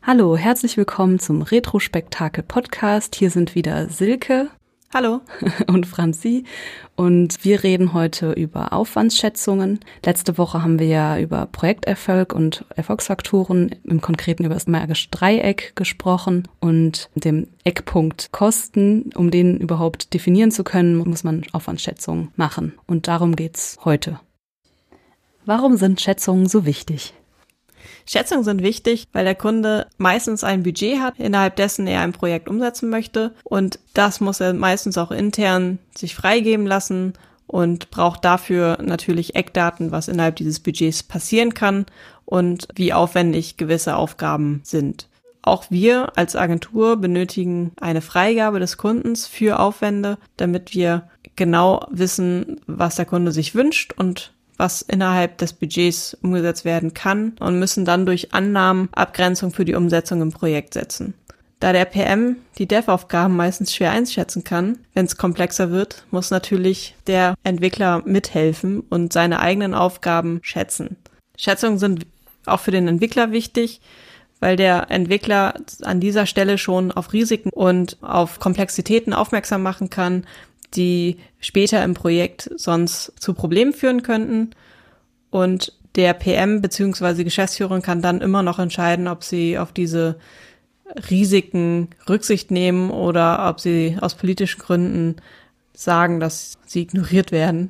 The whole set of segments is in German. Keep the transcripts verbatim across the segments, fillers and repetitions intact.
Hallo, herzlich willkommen zum Retrospektakel-Podcast. Hier sind wieder Silke. Hallo. Und Franzi. Und wir reden heute über Aufwandsschätzungen. Letzte Woche haben wir ja über Projekterfolg und Erfolgsfaktoren, im Konkreten über das Magische Dreieck gesprochen und dem Eckpunkt Kosten. Um den überhaupt definieren zu können, muss man Aufwandsschätzungen machen. Und darum geht's heute. Warum sind Schätzungen so wichtig? Schätzungen sind wichtig, weil der Kunde meistens ein Budget hat, innerhalb dessen er ein Projekt umsetzen möchte. Und das muss er meistens auch intern sich freigeben lassen und braucht dafür natürlich Eckdaten, was innerhalb dieses Budgets passieren kann und wie aufwendig gewisse Aufgaben sind. Auch wir als Agentur benötigen eine Freigabe des Kundens für Aufwände, damit wir genau wissen, was der Kunde sich wünscht und was innerhalb des Budgets umgesetzt werden kann und müssen dann durch Annahmen Abgrenzung für die Umsetzung im Projekt setzen. Da der P M die Dev-Aufgaben meistens schwer einschätzen kann, wenn es komplexer wird, muss natürlich der Entwickler mithelfen und seine eigenen Aufgaben schätzen. Schätzungen sind auch für den Entwickler wichtig, weil der Entwickler an dieser Stelle schon auf Risiken und auf Komplexitäten aufmerksam machen kann, die später im Projekt sonst zu Problemen führen könnten. Und der P M bzw. Geschäftsführerin kann dann immer noch entscheiden, ob sie auf diese Risiken Rücksicht nehmen oder ob sie aus politischen Gründen sagen, dass sie ignoriert werden.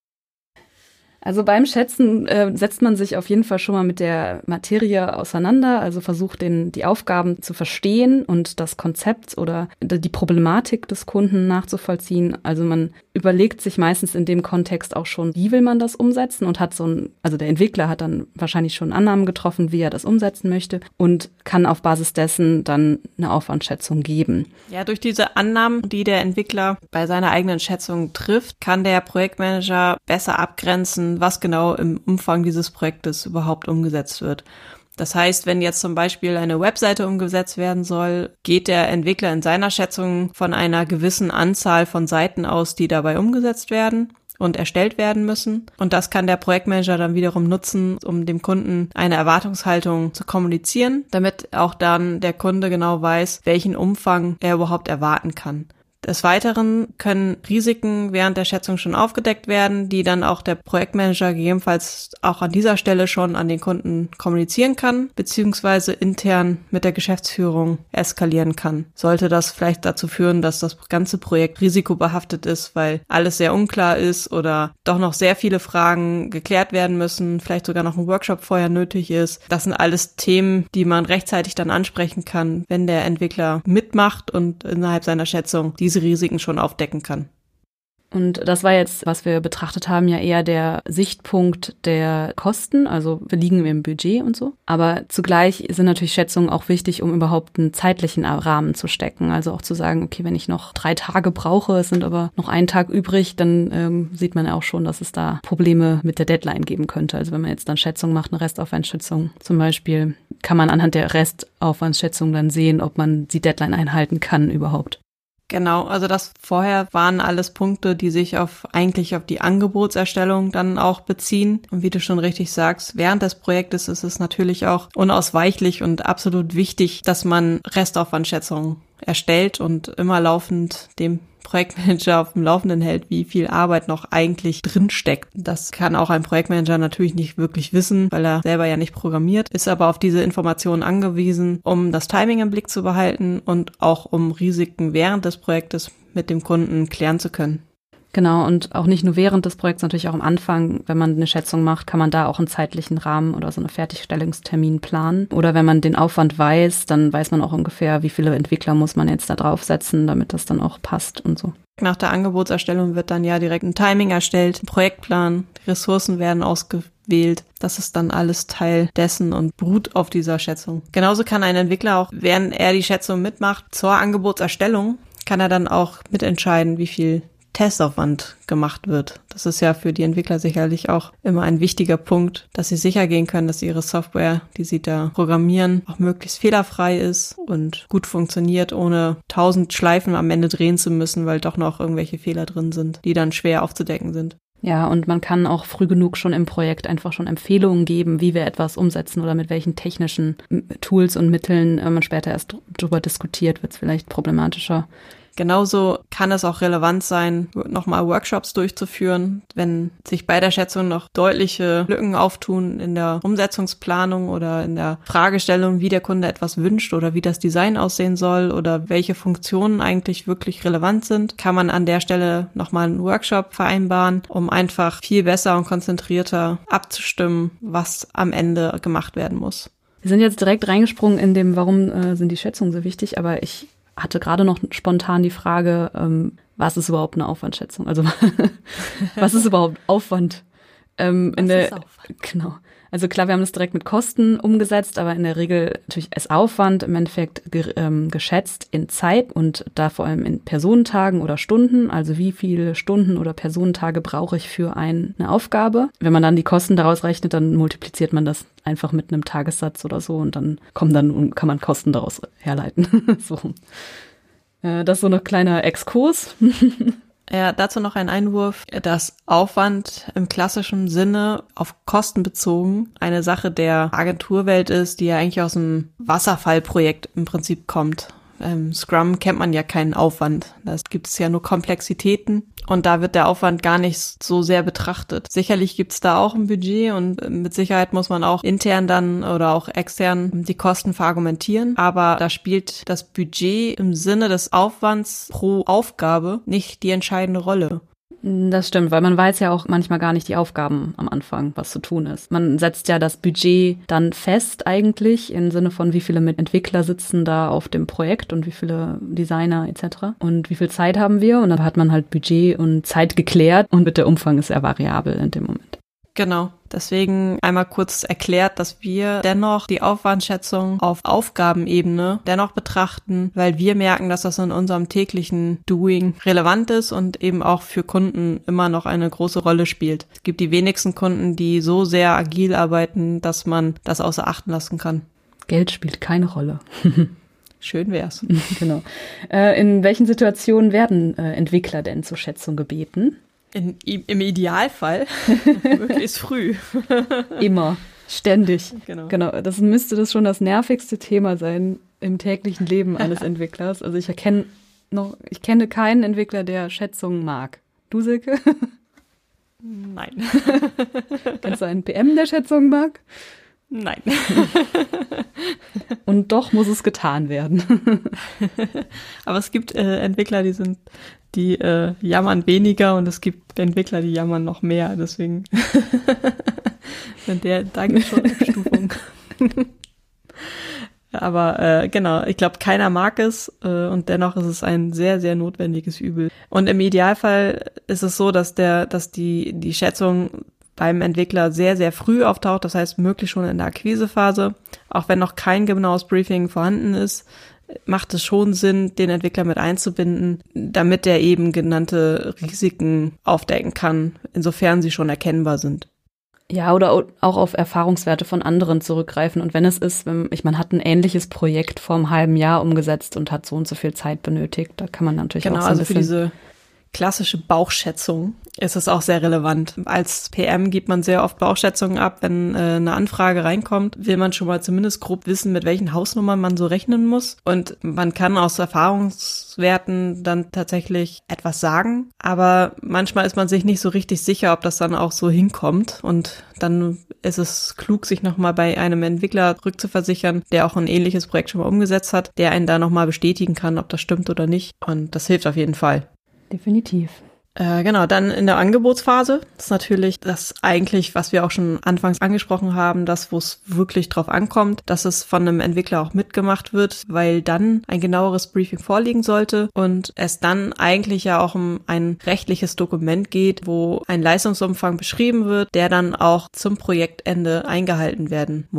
Also beim Schätzen äh, setzt man sich auf jeden Fall schon mal mit der Materie auseinander, also versucht den, die Aufgaben zu verstehen und das Konzept oder die Problematik des Kunden nachzuvollziehen. Also man überlegt sich meistens in dem Kontext auch schon, wie will man das umsetzen und hat so ein, also der Entwickler hat dann wahrscheinlich schon Annahmen getroffen, wie er das umsetzen möchte und kann auf Basis dessen dann eine Aufwandschätzung geben. Ja, durch diese Annahmen, die der Entwickler bei seiner eigenen Schätzung trifft, kann der Projektmanager besser abgrenzen, was genau im Umfang dieses Projektes überhaupt umgesetzt wird. Das heißt, wenn jetzt zum Beispiel eine Webseite umgesetzt werden soll, geht der Entwickler in seiner Schätzung von einer gewissen Anzahl von Seiten aus, die dabei umgesetzt werden und erstellt werden müssen. Und das kann der Projektmanager dann wiederum nutzen, um dem Kunden eine Erwartungshaltung zu kommunizieren, damit auch dann der Kunde genau weiß, welchen Umfang er überhaupt erwarten kann. Des Weiteren können Risiken während der Schätzung schon aufgedeckt werden, die dann auch der Projektmanager gegebenenfalls auch an dieser Stelle schon an den Kunden kommunizieren kann, beziehungsweise intern mit der Geschäftsführung eskalieren kann. Sollte das vielleicht dazu führen, dass das ganze Projekt risikobehaftet ist, weil alles sehr unklar ist oder doch noch sehr viele Fragen geklärt werden müssen, vielleicht sogar noch ein Workshop vorher nötig ist. Das sind alles Themen, die man rechtzeitig dann ansprechen kann, wenn der Entwickler mitmacht und innerhalb seiner Schätzung die diese Risiken schon aufdecken kann. Und das war jetzt, was wir betrachtet haben, ja eher der Sichtpunkt der Kosten, also wir liegen im Budget und so. Aber zugleich sind natürlich Schätzungen auch wichtig, um überhaupt einen zeitlichen Rahmen zu stecken. Also auch zu sagen, okay, wenn ich noch drei Tage brauche, es sind aber noch ein Tag übrig, dann ähm, sieht man ja auch schon, dass es da Probleme mit der Deadline geben könnte. Also wenn man jetzt dann Schätzung macht, eine Restaufwandsschätzung zum Beispiel, kann man anhand der Restaufwandsschätzung dann sehen, ob man die Deadline einhalten kann überhaupt. Genau, also das vorher waren alles Punkte, die sich auf eigentlich auf die Angebotserstellung dann auch beziehen. Und wie du schon richtig sagst, während des Projektes ist es natürlich auch unausweichlich und absolut wichtig, dass man Restaufwandschätzungen erstellt und immer laufend dem Projektmanager auf dem Laufenden hält, wie viel Arbeit noch eigentlich drinsteckt. Das kann auch ein Projektmanager natürlich nicht wirklich wissen, weil er selber ja nicht programmiert, ist aber auf diese Informationen angewiesen, um das Timing im Blick zu behalten und auch um Risiken während des Projektes mit dem Kunden klären zu können. Genau, und auch nicht nur während des Projekts, natürlich auch am Anfang, wenn man eine Schätzung macht, kann man da auch einen zeitlichen Rahmen oder so einen Fertigstellungstermin planen. Oder wenn man den Aufwand weiß, dann weiß man auch ungefähr, wie viele Entwickler muss man jetzt da draufsetzen, damit das dann auch passt und so. Nach der Angebotserstellung wird dann ja direkt ein Timing erstellt, ein Projektplan, die Ressourcen werden ausgewählt. Das ist dann alles Teil dessen und beruht auf dieser Schätzung. Genauso kann ein Entwickler auch, während er die Schätzung mitmacht, zur Angebotserstellung, kann er dann auch mitentscheiden, wie viel Testaufwand gemacht wird. Das ist ja für die Entwickler sicherlich auch immer ein wichtiger Punkt, dass sie sicher gehen können, dass ihre Software, die sie da programmieren, auch möglichst fehlerfrei ist und gut funktioniert, ohne tausend Schleifen am Ende drehen zu müssen, weil doch noch irgendwelche Fehler drin sind, die dann schwer aufzudecken sind. Ja, und man kann auch früh genug schon im Projekt einfach schon Empfehlungen geben, wie wir etwas umsetzen oder mit welchen technischen Tools und Mitteln. Wenn man später erst drüber diskutiert, wird es vielleicht problematischer. Genauso kann es auch relevant sein, nochmal Workshops durchzuführen, wenn sich bei der Schätzung noch deutliche Lücken auftun in der Umsetzungsplanung oder in der Fragestellung, wie der Kunde etwas wünscht oder wie das Design aussehen soll oder welche Funktionen eigentlich wirklich relevant sind, kann man an der Stelle nochmal einen Workshop vereinbaren, um einfach viel besser und konzentrierter abzustimmen, was am Ende gemacht werden muss. Wir sind jetzt direkt reingesprungen in dem, warum äh, sind die Schätzungen so wichtig, aber ich hatte gerade noch spontan die Frage, ähm, was ist überhaupt eine Aufwandschätzung? Also was ist überhaupt Aufwand? Ähm, in was der, ist Aufwand? Genau. Also klar, wir haben das direkt mit Kosten umgesetzt, aber in der Regel natürlich als Aufwand im Endeffekt ge- ähm, geschätzt in Zeit und da vor allem in Personentagen oder Stunden. Also wie viele Stunden oder Personentage brauche ich für ein, eine Aufgabe? Wenn man dann die Kosten daraus rechnet, dann multipliziert man das einfach mit einem Tagessatz oder so und dann kommen dann kann man Kosten daraus herleiten. So. Äh, das ist so ein kleiner Exkurs. Ja, dazu noch ein Einwurf, dass Aufwand im klassischen Sinne auf Kosten bezogen eine Sache der Agenturwelt ist, die ja eigentlich aus einem Wasserfallprojekt im Prinzip kommt. Ähm, Scrum kennt man ja keinen Aufwand. Da gibt es ja nur Komplexitäten und da wird der Aufwand gar nicht so sehr betrachtet. Sicherlich gibt es da auch ein Budget und mit Sicherheit muss man auch intern dann oder auch extern die Kosten verargumentieren. Aber da spielt das Budget im Sinne des Aufwands pro Aufgabe nicht die entscheidende Rolle. Das stimmt, weil man weiß ja auch manchmal gar nicht die Aufgaben am Anfang, was zu tun ist. Man setzt ja das Budget dann fest eigentlich im Sinne von, wie viele Entwickler sitzen da auf dem Projekt und wie viele Designer et cetera und wie viel Zeit haben wir. Und dann hat man halt Budget und Zeit geklärt und der Umfang ist ja variabel in dem Moment. Genau. Deswegen einmal kurz erklärt, dass wir dennoch die Aufwandschätzung auf Aufgabenebene dennoch betrachten, weil wir merken, dass das in unserem täglichen Doing relevant ist und eben auch für Kunden immer noch eine große Rolle spielt. Es gibt die wenigsten Kunden, die so sehr agil arbeiten, dass man das außer Acht lassen kann. Geld spielt keine Rolle. Schön wär's. Genau. Äh, in welchen Situationen werden äh, Entwickler denn zur Schätzung gebeten? In, Im Idealfall möglichst früh. Immer, ständig. Genau. Genau. Das müsste das schon das nervigste Thema sein im täglichen Leben eines Entwicklers. Also ich erkenne noch, ich kenne keinen Entwickler, der Schätzungen mag. Du, Silke? Nein. Kennst du einen P M, der Schätzungen mag? Nein. Und doch muss es getan werden. Aber es gibt äh, Entwickler, die sind, die äh, jammern weniger und es gibt Entwickler, die jammern noch mehr. Deswegen der, da gibt es schon Abstufung. Aber äh, genau, ich glaube, keiner mag es äh, und dennoch ist es ein sehr, sehr notwendiges Übel. Und im Idealfall ist es so, dass der, dass die die Schätzung beim Entwickler sehr, sehr früh auftaucht, das heißt möglich schon in der Akquisephase. Auch wenn noch kein genaues Briefing vorhanden ist, macht es schon Sinn, den Entwickler mit einzubinden, damit er eben genannte Risiken aufdecken kann, insofern sie schon erkennbar sind. Ja, oder auch auf Erfahrungswerte von anderen zurückgreifen. Und wenn es ist, wenn, ich meine, hat ein ähnliches Projekt vor einem halben Jahr umgesetzt und hat so und so viel Zeit benötigt, da kann man natürlich genau, auch so ein also bisschen... Für diese klassische Bauchschätzung ist es auch sehr relevant. Als P M gibt man sehr oft Bauchschätzungen ab, wenn äh, eine Anfrage reinkommt, will man schon mal zumindest grob wissen, mit welchen Hausnummern man so rechnen muss. Und man kann aus Erfahrungswerten dann tatsächlich etwas sagen, aber manchmal ist man sich nicht so richtig sicher, ob das dann auch so hinkommt. Und dann ist es klug, sich nochmal bei einem Entwickler rückzuversichern, der auch ein ähnliches Projekt schon mal umgesetzt hat, der einen da nochmal bestätigen kann, ob das stimmt oder nicht. Und das hilft auf jeden Fall. Definitiv. Äh, genau, dann in der Angebotsphase das ist natürlich das eigentlich, was wir auch schon anfangs angesprochen haben, das, wo es wirklich drauf ankommt, dass es von einem Entwickler auch mitgemacht wird, weil dann ein genaueres Briefing vorliegen sollte und es dann eigentlich ja auch um ein rechtliches Dokument geht, wo ein Leistungsumfang beschrieben wird, der dann auch zum Projektende eingehalten werden muss.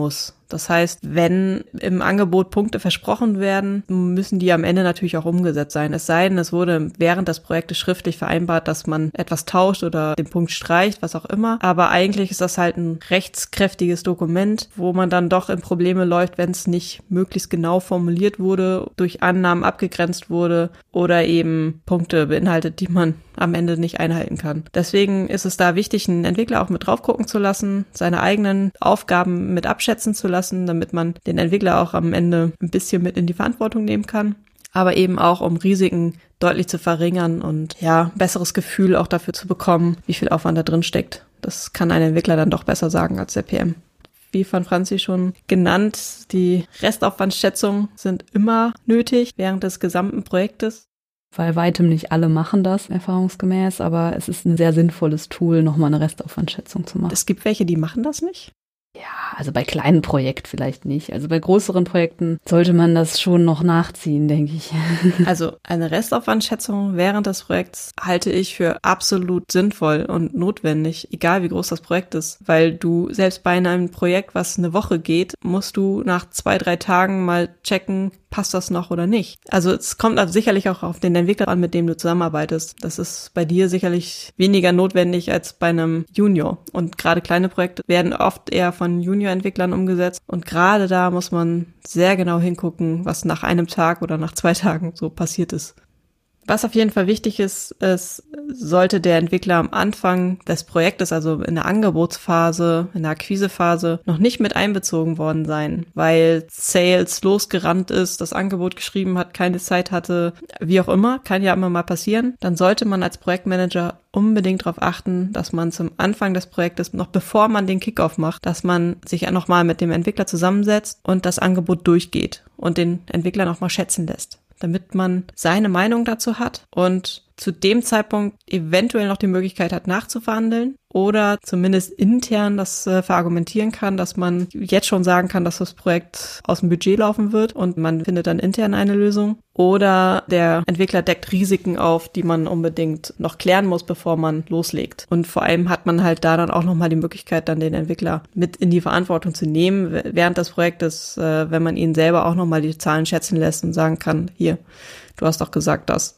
Das heißt, wenn im Angebot Punkte versprochen werden, müssen die am Ende natürlich auch umgesetzt sein. Es sei denn, es wurde während des Projektes schriftlich vereinbart, dass man etwas tauscht oder den Punkt streicht, was auch immer. Aber eigentlich ist das halt ein rechtskräftiges Dokument, wo man dann doch in Probleme läuft, wenn es nicht möglichst genau formuliert wurde, durch Annahmen abgegrenzt wurde oder eben Punkte beinhaltet, die man am Ende nicht einhalten kann. Deswegen ist es da wichtig, einen Entwickler auch mit drauf gucken zu lassen, seine eigenen Aufgaben mit abschätzen zu lassen, damit man den Entwickler auch am Ende ein bisschen mit in die Verantwortung nehmen kann. Aber eben auch, um Risiken deutlich zu verringern und ja, besseres Gefühl auch dafür zu bekommen, wie viel Aufwand da drin steckt. Das kann ein Entwickler dann doch besser sagen als der P M. Wie von Franzi schon genannt, die Restaufwandsschätzungen sind immer nötig während des gesamten Projektes. Bei weitem nicht alle machen das, erfahrungsgemäß, aber es ist ein sehr sinnvolles Tool, nochmal eine Restaufwandschätzung zu machen. Es gibt welche, die machen das nicht? Ja, also bei kleinen Projekten vielleicht nicht. Also bei größeren Projekten sollte man das schon noch nachziehen, denke ich. Also eine Restaufwandschätzung während des Projekts halte ich für absolut sinnvoll und notwendig, egal wie groß das Projekt ist. Weil du selbst bei einem Projekt, was eine Woche geht, musst du nach zwei, drei Tagen mal checken, passt das noch oder nicht. Also es kommt also sicherlich auch auf den Entwickler an, mit dem du zusammenarbeitest. Das ist bei dir sicherlich weniger notwendig als bei einem Junior. Und gerade kleine Projekte werden oft eher von Junior-Entwicklern umgesetzt. Und gerade da muss man sehr genau hingucken, was nach einem Tag oder nach zwei Tagen so passiert ist. Was auf jeden Fall wichtig ist, ist, sollte der Entwickler am Anfang des Projektes, also in der Angebotsphase, in der Akquisephase, noch nicht mit einbezogen worden sein, weil Sales losgerannt ist, das Angebot geschrieben hat, keine Zeit hatte, wie auch immer, kann ja immer mal passieren, dann sollte man als Projektmanager unbedingt darauf achten, dass man zum Anfang des Projektes, noch bevor man den Kickoff macht, dass man sich ja nochmal mit dem Entwickler zusammensetzt und das Angebot durchgeht und den Entwickler nochmal schätzen lässt, damit man seine Meinung dazu hat und zu dem Zeitpunkt eventuell noch die Möglichkeit hat, nachzuverhandeln oder zumindest intern das äh, verargumentieren kann, dass man jetzt schon sagen kann, dass das Projekt aus dem Budget laufen wird und man findet dann intern eine Lösung. Oder der Entwickler deckt Risiken auf, die man unbedingt noch klären muss, bevor man loslegt. Und vor allem hat man halt da dann auch nochmal die Möglichkeit, dann den Entwickler mit in die Verantwortung zu nehmen während des Projektes, äh, wenn man ihn selber auch nochmal die Zahlen schätzen lässt und sagen kann, hier, du hast doch gesagt das.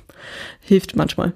Hilft manchmal.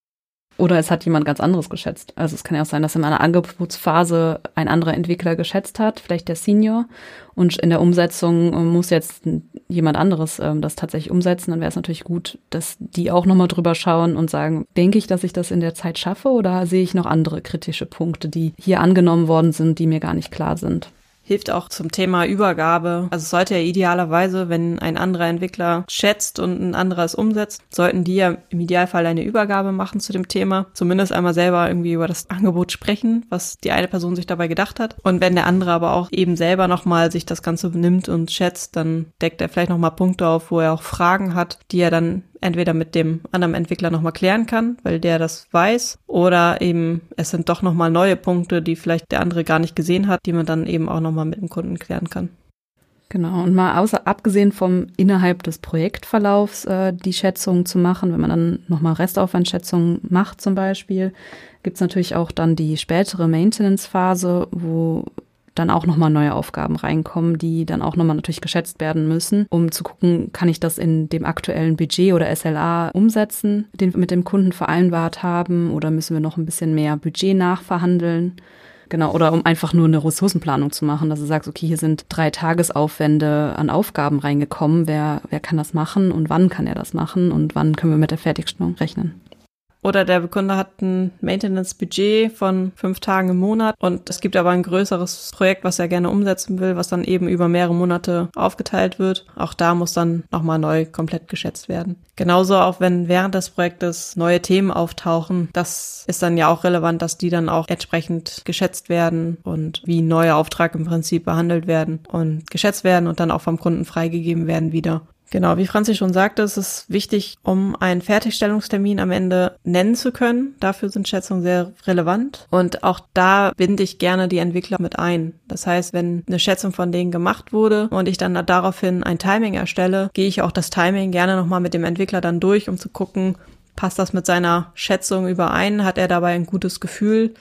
Oder es hat jemand ganz anderes geschätzt. Also es kann ja auch sein, dass in einer Angebotsphase ein anderer Entwickler geschätzt hat, vielleicht der Senior, und in der Umsetzung muss jetzt jemand anderes ähm, das tatsächlich umsetzen. Dann wäre es natürlich gut, dass die auch nochmal drüber schauen und sagen, denke ich, dass ich das in der Zeit schaffe oder sehe ich noch andere kritische Punkte, die hier angenommen worden sind, die mir gar nicht klar sind. Hilft auch zum Thema Übergabe. Also es sollte ja idealerweise, wenn ein anderer Entwickler schätzt und ein anderer es umsetzt, sollten die ja im Idealfall eine Übergabe machen zu dem Thema. Zumindest einmal selber irgendwie über das Angebot sprechen, was die eine Person sich dabei gedacht hat. Und wenn der andere aber auch eben selber nochmal sich das Ganze nimmt und schätzt, dann deckt er vielleicht nochmal Punkte auf, wo er auch Fragen hat, die er dann entweder mit dem anderen Entwickler nochmal klären kann, weil der das weiß, oder eben es sind doch nochmal neue Punkte, die vielleicht der andere gar nicht gesehen hat, die man dann eben auch nochmal mit dem Kunden klären kann. Genau, und mal außer abgesehen vom innerhalb des Projektverlaufs äh, die Schätzungen zu machen, wenn man dann nochmal Restaufwandschätzungen macht zum Beispiel, gibt es natürlich auch dann die spätere Maintenance-Phase, wo dann auch nochmal neue Aufgaben reinkommen, die dann auch nochmal natürlich geschätzt werden müssen, um zu gucken, kann ich das in dem aktuellen Budget oder S L A umsetzen, den wir mit dem Kunden vereinbart haben, oder müssen wir noch ein bisschen mehr Budget nachverhandeln? Genau, oder um einfach nur eine Ressourcenplanung zu machen, dass du sagst, okay, hier sind drei Tagesaufwände an Aufgaben reingekommen, wer, wer kann das machen und wann kann er das machen und wann können wir mit der Fertigstellung rechnen? Oder der Kunde hat ein Maintenance-Budget von fünf Tagen im Monat und es gibt aber ein größeres Projekt, was er gerne umsetzen will, was dann eben über mehrere Monate aufgeteilt wird. Auch da muss dann nochmal neu komplett geschätzt werden. Genauso auch, wenn während des Projektes neue Themen auftauchen, das ist dann ja auch relevant, dass die dann auch entsprechend geschätzt werden und wie ein neuer Auftrag im Prinzip behandelt werden und geschätzt werden und dann auch vom Kunden freigegeben werden wieder. Genau, wie Franzi schon sagte, es ist wichtig, um einen Fertigstellungstermin am Ende nennen zu können. Dafür sind Schätzungen sehr relevant. Und auch da binde ich gerne die Entwickler mit ein. Das heißt, wenn eine Schätzung von denen gemacht wurde und ich dann daraufhin ein Timing erstelle, gehe ich auch das Timing gerne nochmal mit dem Entwickler dann durch, um zu gucken, passt das mit seiner Schätzung überein? Hat er dabei ein gutes Gefühl?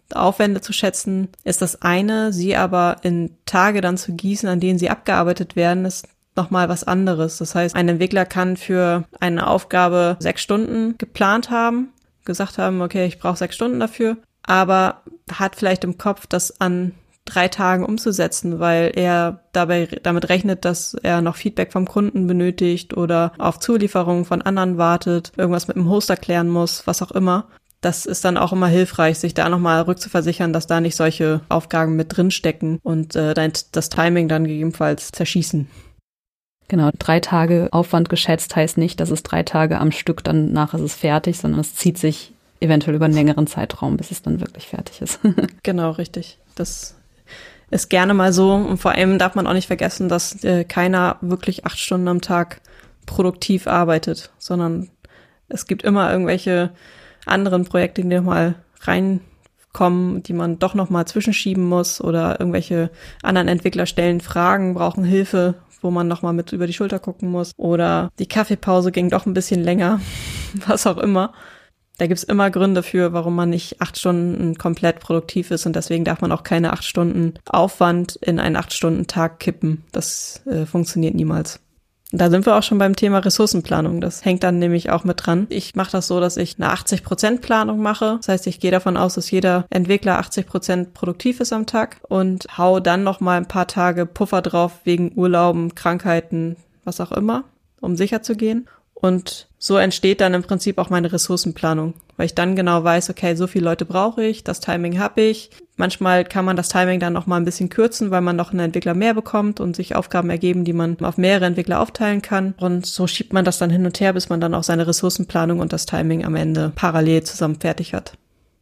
Aufwände zu schätzen, ist das eine, sie aber in Tage dann zu gießen, an denen sie abgearbeitet werden, ist nochmal was anderes. Das heißt, ein Entwickler kann für eine Aufgabe sechs Stunden geplant haben, gesagt haben, okay, ich brauche sechs Stunden dafür, aber hat vielleicht im Kopf, das an drei Tagen umzusetzen, weil er dabei damit rechnet, dass er noch Feedback vom Kunden benötigt oder auf Zulieferungen von anderen wartet, irgendwas mit dem Hoster klären muss, was auch immer. Das ist dann auch immer hilfreich, sich da nochmal rückzuversichern, dass da nicht solche Aufgaben mit drinstecken und äh, das Timing dann gegebenenfalls zerschießen. Genau, drei Tage Aufwand geschätzt heißt nicht, dass es drei Tage am Stück, danach ist es fertig, sondern es zieht sich eventuell über einen längeren Zeitraum, bis es dann wirklich fertig ist. Genau, richtig. Das ist gerne mal so und vor allem darf man auch nicht vergessen, dass äh, keiner wirklich acht Stunden am Tag produktiv arbeitet, sondern es gibt immer irgendwelche anderen Projekte, die nochmal reinkommen, die man doch nochmal zwischenschieben muss oder irgendwelche anderen Entwickler stellen Fragen, brauchen Hilfe, wo man nochmal mit über die Schulter gucken muss oder die Kaffeepause ging doch ein bisschen länger, was auch immer. Da gibt's immer Gründe für, warum man nicht acht Stunden komplett produktiv ist und deswegen darf man auch keine acht Stunden Aufwand in einen acht Stunden Tag kippen. Das äh, funktioniert niemals. Und da sind wir auch schon beim Thema Ressourcenplanung. Das hängt dann nämlich auch mit dran. Ich mache das so, dass ich eine achtzig Prozent Planung mache. Das heißt, ich gehe davon aus, dass jeder Entwickler achtzig Prozent produktiv ist am Tag und hau dann noch mal ein paar Tage Puffer drauf wegen Urlauben, Krankheiten, was auch immer, um sicher zu gehen. Und so entsteht dann im Prinzip auch meine Ressourcenplanung, weil ich dann genau weiß, okay, so viele Leute brauche ich, das Timing habe ich. Manchmal kann man das Timing dann noch mal ein bisschen kürzen, weil man noch einen Entwickler mehr bekommt und sich Aufgaben ergeben, die man auf mehrere Entwickler aufteilen kann. Und so schiebt man das dann hin und her, bis man dann auch seine Ressourcenplanung und das Timing am Ende parallel zusammen fertig hat.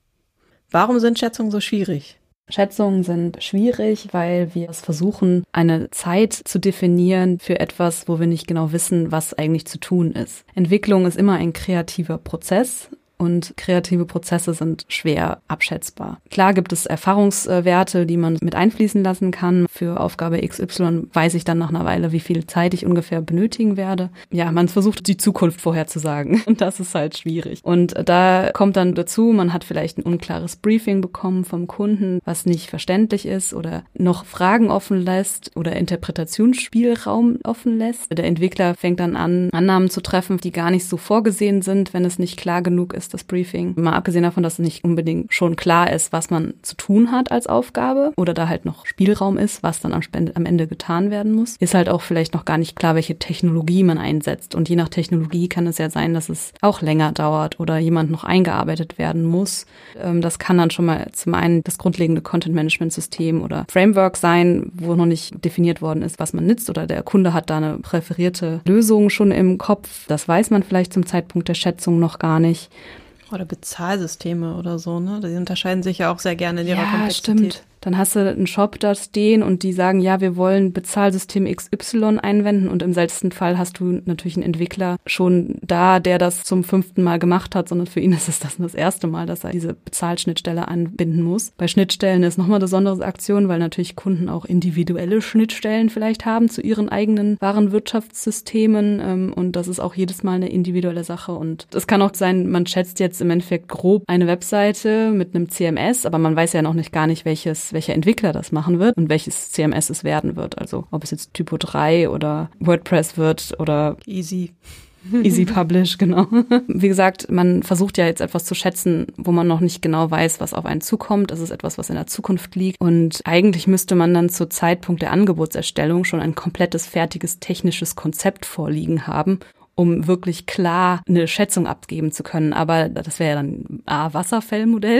Warum sind Schätzungen so schwierig? Schätzungen sind schwierig, weil wir es versuchen, eine Zeit zu definieren für etwas, wo wir nicht genau wissen, was eigentlich zu tun ist. Entwicklung ist immer ein kreativer Prozess. Und kreative Prozesse sind schwer abschätzbar. Klar gibt es Erfahrungswerte, die man mit einfließen lassen kann. Für Aufgabe X Y weiß ich dann nach einer Weile, wie viel Zeit ich ungefähr benötigen werde. Ja, man versucht, die Zukunft vorherzusagen. Und das ist halt schwierig. Und da kommt dann dazu, man hat vielleicht ein unklares Briefing bekommen vom Kunden, was nicht verständlich ist oder noch Fragen offen lässt oder Interpretationsspielraum offen lässt. Der Entwickler fängt dann an, Annahmen zu treffen, die gar nicht so vorgesehen sind, wenn es nicht klar genug ist, das Briefing. Mal abgesehen davon, dass es nicht unbedingt schon klar ist, was man zu tun hat als Aufgabe oder da halt noch Spielraum ist, was dann am, Spende, am Ende getan werden muss, ist halt auch vielleicht noch gar nicht klar, welche Technologie man einsetzt. Und je nach Technologie kann es ja sein, dass es auch länger dauert oder jemand noch eingearbeitet werden muss. Das kann dann schon mal zum einen das grundlegende Content-Management-System oder Framework sein, wo noch nicht definiert worden ist, was man nutzt oder der Kunde hat da eine präferierte Lösung schon im Kopf. Das weiß man vielleicht zum Zeitpunkt der Schätzung noch gar nicht. Oder Bezahlsysteme oder so, ne? Die unterscheiden sich ja auch sehr gerne in ihrer ja, Komplexität. Stimmt. Dann hast du einen Shop da stehen und die sagen, ja, wir wollen Bezahlsystem X Y einwenden und im seltensten Fall hast du natürlich einen Entwickler schon da, der das zum fünften Mal gemacht hat, sondern für ihn ist es das das erste Mal, dass er diese Bezahlschnittstelle anbinden muss. Bei Schnittstellen ist nochmal eine besondere Aktion, weil natürlich Kunden auch individuelle Schnittstellen vielleicht haben zu ihren eigenen Warenwirtschaftssystemen und das ist auch jedes Mal eine individuelle Sache und es kann auch sein, man schätzt jetzt im Endeffekt grob eine Webseite mit einem C M S, aber man weiß ja noch nicht gar nicht, welches welcher Entwickler das machen wird und welches C M S es werden wird. Also ob es jetzt Typo drei oder WordPress wird oder Easy. Easy Publish, genau. Wie gesagt, man versucht ja jetzt etwas zu schätzen, wo man noch nicht genau weiß, was auf einen zukommt. Das ist etwas, was in der Zukunft liegt. Und eigentlich müsste man dann zu Zeitpunkt der Angebotserstellung schon ein komplettes, fertiges technisches Konzept vorliegen haben, um wirklich klar eine Schätzung abgeben zu können. Aber das wäre ja dann A, Wasserfallmodell.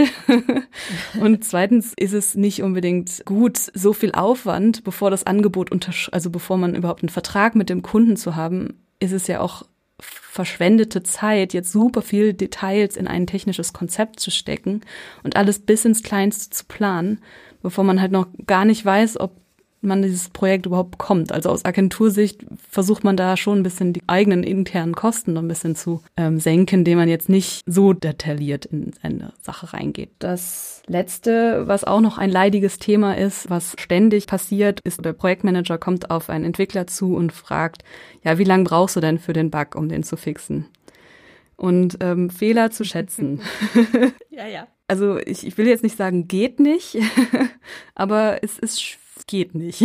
Und zweitens ist es nicht unbedingt gut, so viel Aufwand, bevor das Angebot untersch- also bevor man überhaupt einen Vertrag mit dem Kunden zu haben, ist es ja auch verschwendete Zeit, jetzt super viel Details in ein technisches Konzept zu stecken und alles bis ins Kleinste zu planen, bevor man halt noch gar nicht weiß, ob man dieses Projekt überhaupt bekommt. Also aus Agentursicht versucht man da schon ein bisschen die eigenen internen Kosten noch ein bisschen zu ähm, senken, indem man jetzt nicht so detailliert in eine Sache reingeht. Das Letzte, was auch noch ein leidiges Thema ist, was ständig passiert, ist, der Projektmanager kommt auf einen Entwickler zu und fragt, ja, wie lange brauchst du denn für den Bug, um den zu fixen? Und ähm, Fehler zu schätzen. Ja, ja. Also ich, ich will jetzt nicht sagen, geht nicht, aber es ist geht nicht.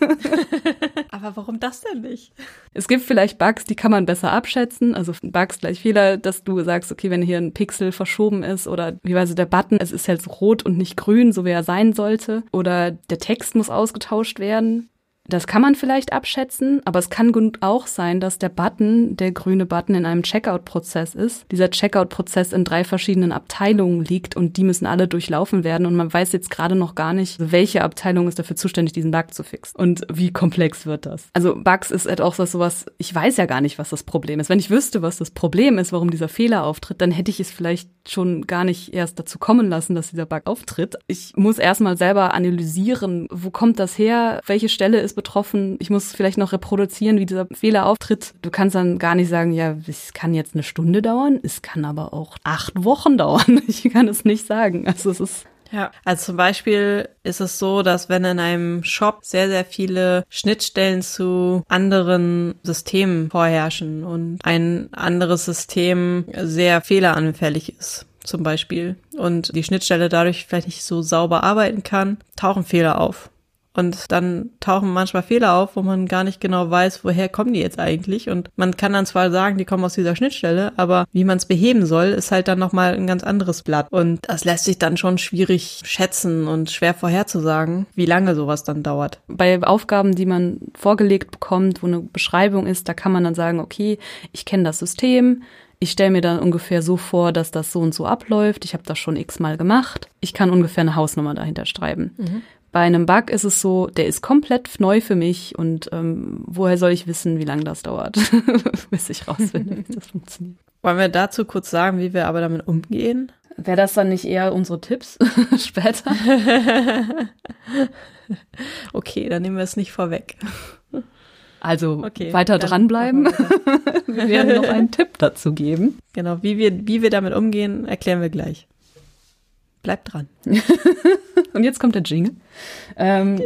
Aber warum das denn nicht? Es gibt vielleicht Bugs, die kann man besser abschätzen. Also Bugs gleich Fehler, dass du sagst, okay, wenn hier ein Pixel verschoben ist oder wie weiß ich, der Button, es ist jetzt rot und nicht grün, so wie er sein sollte. Oder der Text muss ausgetauscht werden. Das kann man vielleicht abschätzen, aber es kann gut auch sein, dass der Button, der grüne Button, in einem Checkout-Prozess ist. Dieser Checkout-Prozess in drei verschiedenen Abteilungen liegt und die müssen alle durchlaufen werden und man weiß jetzt gerade noch gar nicht, welche Abteilung ist dafür zuständig, diesen Bug zu fixen und wie komplex wird das. Also Bugs ist halt auch sowas, ich weiß ja gar nicht, was das Problem ist. Wenn ich wüsste, was das Problem ist, warum dieser Fehler auftritt, dann hätte ich es vielleicht schon gar nicht erst dazu kommen lassen, dass dieser Bug auftritt. Ich muss erstmal selber analysieren, wo kommt das her, welche Stelle ist betroffen. Ich muss vielleicht noch reproduzieren, wie dieser Fehler auftritt. Du kannst dann gar nicht sagen, ja, es kann jetzt eine Stunde dauern, es kann aber auch acht Wochen dauern. Ich kann es nicht sagen. Also es ist Ja, also zum Beispiel ist es so, dass wenn in einem Shop sehr, sehr viele Schnittstellen zu anderen Systemen vorherrschen und ein anderes System sehr fehleranfällig ist, zum Beispiel, und die Schnittstelle dadurch vielleicht nicht so sauber arbeiten kann, tauchen Fehler auf. Und dann tauchen manchmal Fehler auf, wo man gar nicht genau weiß, woher kommen die jetzt eigentlich. Und man kann dann zwar sagen, die kommen aus dieser Schnittstelle, aber wie man es beheben soll, ist halt dann nochmal ein ganz anderes Blatt. Und das lässt sich dann schon schwierig schätzen und schwer vorherzusagen, wie lange sowas dann dauert. Bei Aufgaben, die man vorgelegt bekommt, wo eine Beschreibung ist, da kann man dann sagen, okay, ich kenne das System, ich stelle mir dann ungefähr so vor, dass das so und so abläuft, ich habe das schon x-mal gemacht, ich kann ungefähr eine Hausnummer dahinter schreiben. Mhm. Bei einem Bug ist es so, der ist komplett neu für mich und ähm, woher soll ich wissen, wie lange das dauert, bis ich rausfinde, wie das funktioniert. Wollen wir dazu kurz sagen, wie wir aber damit umgehen? Wäre das dann nicht eher unsere Tipps später? Okay, dann nehmen wir es nicht vorweg. Also okay, weiter dranbleiben. Wir werden noch einen Tipp dazu geben. Genau, wie wir, wie wir damit umgehen, erklären wir gleich. Bleibt dran. Und jetzt kommt der Jingle. Ähm,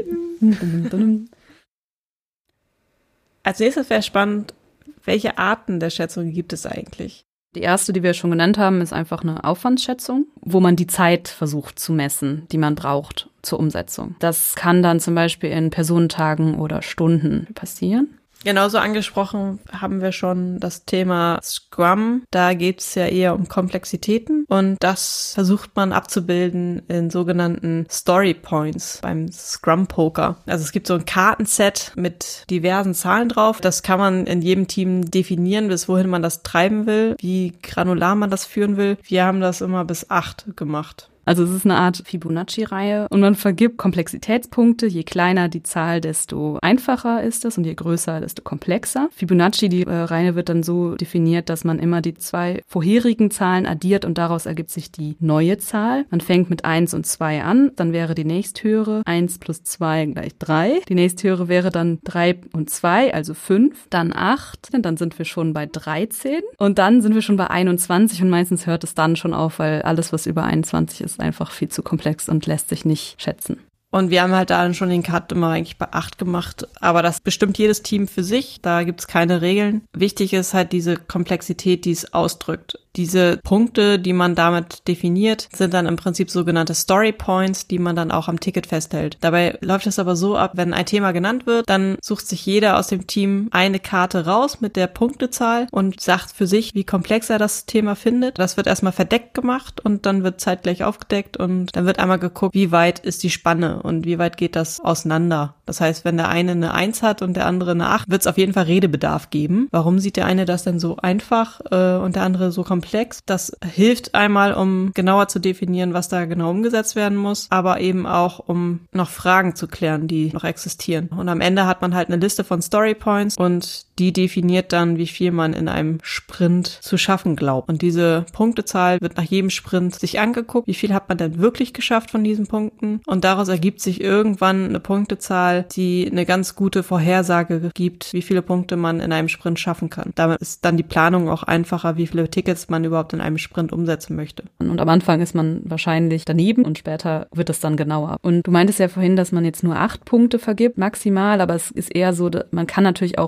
Als nächstes wäre spannend, welche Arten der Schätzung gibt es eigentlich? Die erste, die wir schon genannt haben, ist einfach eine Aufwandsschätzung, wo man die Zeit versucht zu messen, die man braucht zur Umsetzung. Das kann dann zum Beispiel in Personentagen oder Stunden passieren. Genauso angesprochen haben wir schon das Thema Scrum. Da geht es ja eher um Komplexitäten und das versucht man abzubilden in sogenannten Story Points beim Scrum Poker. Also es gibt so ein Kartenset mit diversen Zahlen drauf. Das kann man in jedem Team definieren, bis wohin man das treiben will, wie granular man das führen will. Wir haben das immer bis acht gemacht. Also es ist eine Art Fibonacci-Reihe und man vergibt Komplexitätspunkte. Je kleiner die Zahl, desto einfacher ist es und je größer, desto komplexer. Fibonacci, die äh, Reihe wird dann so definiert, dass man immer die zwei vorherigen Zahlen addiert und daraus ergibt sich die neue Zahl. Man fängt mit eins und zwei an, dann wäre die nächsthöhere eins plus zwei gleich drei. Die nächsthöhere wäre dann drei und zwei, also fünf, dann acht, dann sind wir schon bei dreizehn und dann sind wir schon bei einundzwanzig und meistens hört es dann schon auf, weil alles, was über einundzwanzig ist, einfach viel zu komplex und lässt sich nicht schätzen. Und wir haben halt da schon den Cut immer eigentlich bei acht gemacht. Aber das bestimmt jedes Team für sich. Da gibt's keine Regeln. Wichtig ist halt diese Komplexität, die es ausdrückt. Diese Punkte, die man damit definiert, sind dann im Prinzip sogenannte Story Points, die man dann auch am Ticket festhält. Dabei läuft es aber so ab, wenn ein Thema genannt wird, dann sucht sich jeder aus dem Team eine Karte raus mit der Punktezahl und sagt für sich, wie komplex er das Thema findet. Das wird erstmal verdeckt gemacht und dann wird zeitgleich aufgedeckt und dann wird einmal geguckt, wie weit ist die Spanne und wie weit geht das auseinander. Das heißt, wenn der eine eine eins hat und der andere eine acht, wird es auf jeden Fall Redebedarf geben. Warum sieht der eine das denn so einfach äh, und der andere so komplex? Das hilft einmal, um genauer zu definieren, was da genau umgesetzt werden muss, aber eben auch, um noch Fragen zu klären, die noch existieren. Und am Ende hat man halt eine Liste von Story Points und die definiert dann, wie viel man in einem Sprint zu schaffen glaubt. Und diese Punktezahl wird nach jedem Sprint sich angeguckt, wie viel hat man denn wirklich geschafft von diesen Punkten. Und daraus ergibt sich irgendwann eine Punktezahl, die eine ganz gute Vorhersage gibt, wie viele Punkte man in einem Sprint schaffen kann. Damit ist dann die Planung auch einfacher, wie viele Tickets man überhaupt in einem Sprint umsetzen möchte. Und am Anfang ist man wahrscheinlich daneben und später wird es dann genauer. Und du meintest ja vorhin, dass man jetzt nur acht Punkte vergibt, maximal, aber es ist eher so, man kann natürlich auch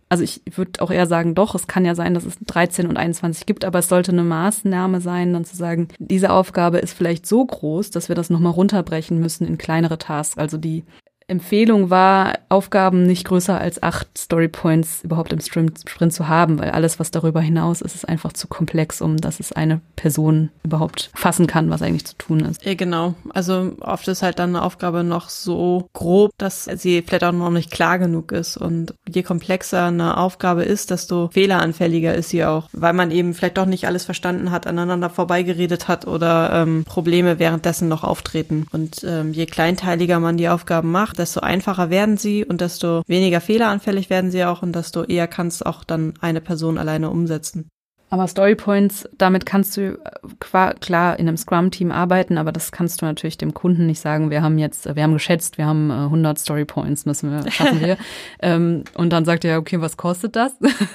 Also ich würde auch eher sagen, doch, es kann ja sein, dass es dreizehn und einundzwanzig gibt, aber es sollte eine Maßnahme sein, dann zu sagen, diese Aufgabe ist vielleicht so groß, dass wir das nochmal runterbrechen müssen in kleinere Tasks. Also die Empfehlung war, Aufgaben nicht größer als acht Storypoints überhaupt im Sprint, Sprint zu haben, weil alles, was darüber hinaus ist, ist einfach zu komplex, um dass es eine Person überhaupt fassen kann, was eigentlich zu tun ist. Ja, genau. Also oft ist halt dann eine Aufgabe noch so grob, dass sie vielleicht auch noch nicht klar genug ist. Und je komplexer eine Aufgabe ist, desto fehleranfälliger ist sie auch, weil man eben vielleicht doch nicht alles verstanden hat, aneinander vorbeigeredet hat oder ähm, Probleme währenddessen noch auftreten. Und ähm, je kleinteiliger man die Aufgaben macht, desto einfacher werden sie und desto weniger fehleranfällig werden sie auch und desto eher kann es auch dann eine Person alleine umsetzen. Aber Storypoints, damit kannst du klar in einem Scrum-Team arbeiten, aber das kannst du natürlich dem Kunden nicht sagen, wir haben jetzt, wir haben geschätzt, wir haben hundert Storypoints, müssen wir, schaffen wir. ähm, und dann sagt er, okay, was kostet das?